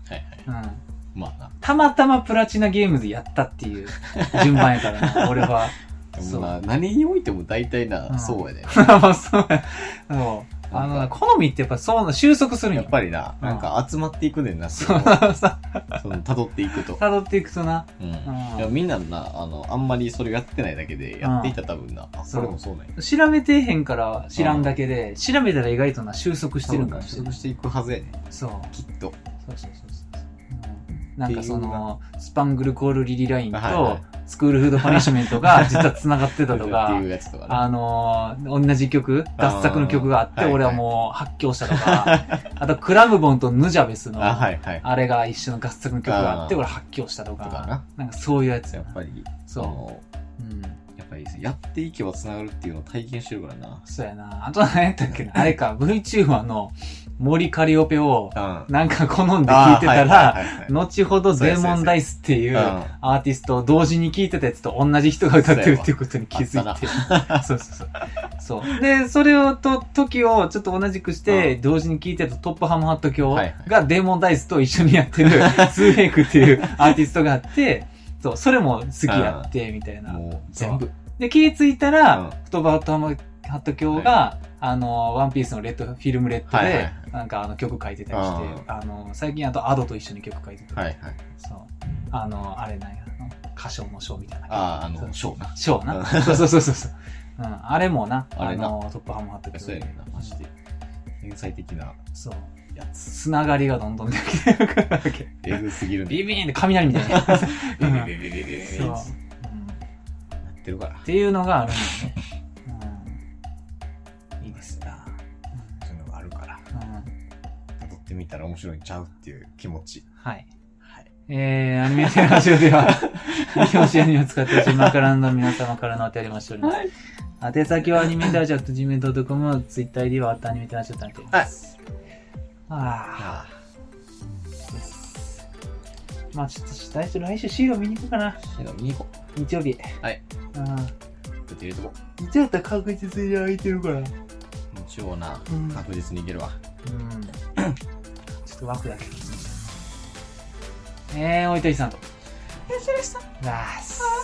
まあな。 たまたまプラチナゲームズやったっていう順番やからな、俺は。 何においても大体な、そうやで。 そうや。好みってやっぱそう収束するんやっぱりな、なんか集まっていくねんな、 そう。 辿っていくと。 辿っていくとな。 いやみんなな、あんまりそれやってないだけで、やっていたら多分な、それもそうなんや。 調べてへんから知らんだけで、調べたら意外とな、収束してるんかもしれない。 収束していくはずやね。 そう。 きっと。 そう。なんかスパングルコールリリラインと、スクールフードパニッシュメントが実は繋がってたとか、同じ曲、合作の曲があって、俺はもう発狂したとか、あとクラムボンとヌジャベスの、あれが一緒の合作の曲があって、俺発狂したとか、なんかそういうやつ。 やっぱり、 そう。 やっぱりいいです。やっていけば繋がるっていうのを体験してるからな。 そうやな。あと何やったっけな。あれか、VTuber の森カリオペを、なんか好んで聞いてたら、後ほどデーモンダイスっていうアーティストを同時に聞いてたやつと同じ人が歌ってるっていうことに気づいて。そうそうそう。そう。で、それを時をちょっと同じくして、同時に聞いてたトップハムハット教がデーモンダイスと一緒にやってるツーフェイクっていうアーティストがあって、そう、それも好きやって、みたいな。全部。で、気ぃついたら、トップハット教が、ワンピースのフィルムレッドで、なんか曲書いてたりして、最近アドと一緒に曲書いてたり。そう。あれなんや、歌唱のショーみたいな。 ショーな。 ショーな。そうそうそうそう。うん、あれもな、トップハムハット教。 そうやねんな、マジで。天才的な。 そう。つながりがどんどんできてるからだけ。 えぐすぎるね。 ビビーンって雷みたいな。 ビビビビビビビそう。やってるから。 っていうのがあるんだね。いいですな。 そういうのがあるから。辿ってみたら面白いんちゃうっていう気持ち。 はい。アニメーションラジオでは、表紙アニメを使ってほしいマカランの皆様からのお便りもしております。宛先はアニメータージャット gmail.com、ツイッター ID はアニメータージャットになっています。まあちょっと来週シール見に行こうかな。 シール見に行こう。日曜日。 はい。ちょっと入れとこう。日曜だったら確実に空いてるから。 日曜な、確実にいけるわ。 ちょっと枠だけ。おいといさんと。よしよしさん。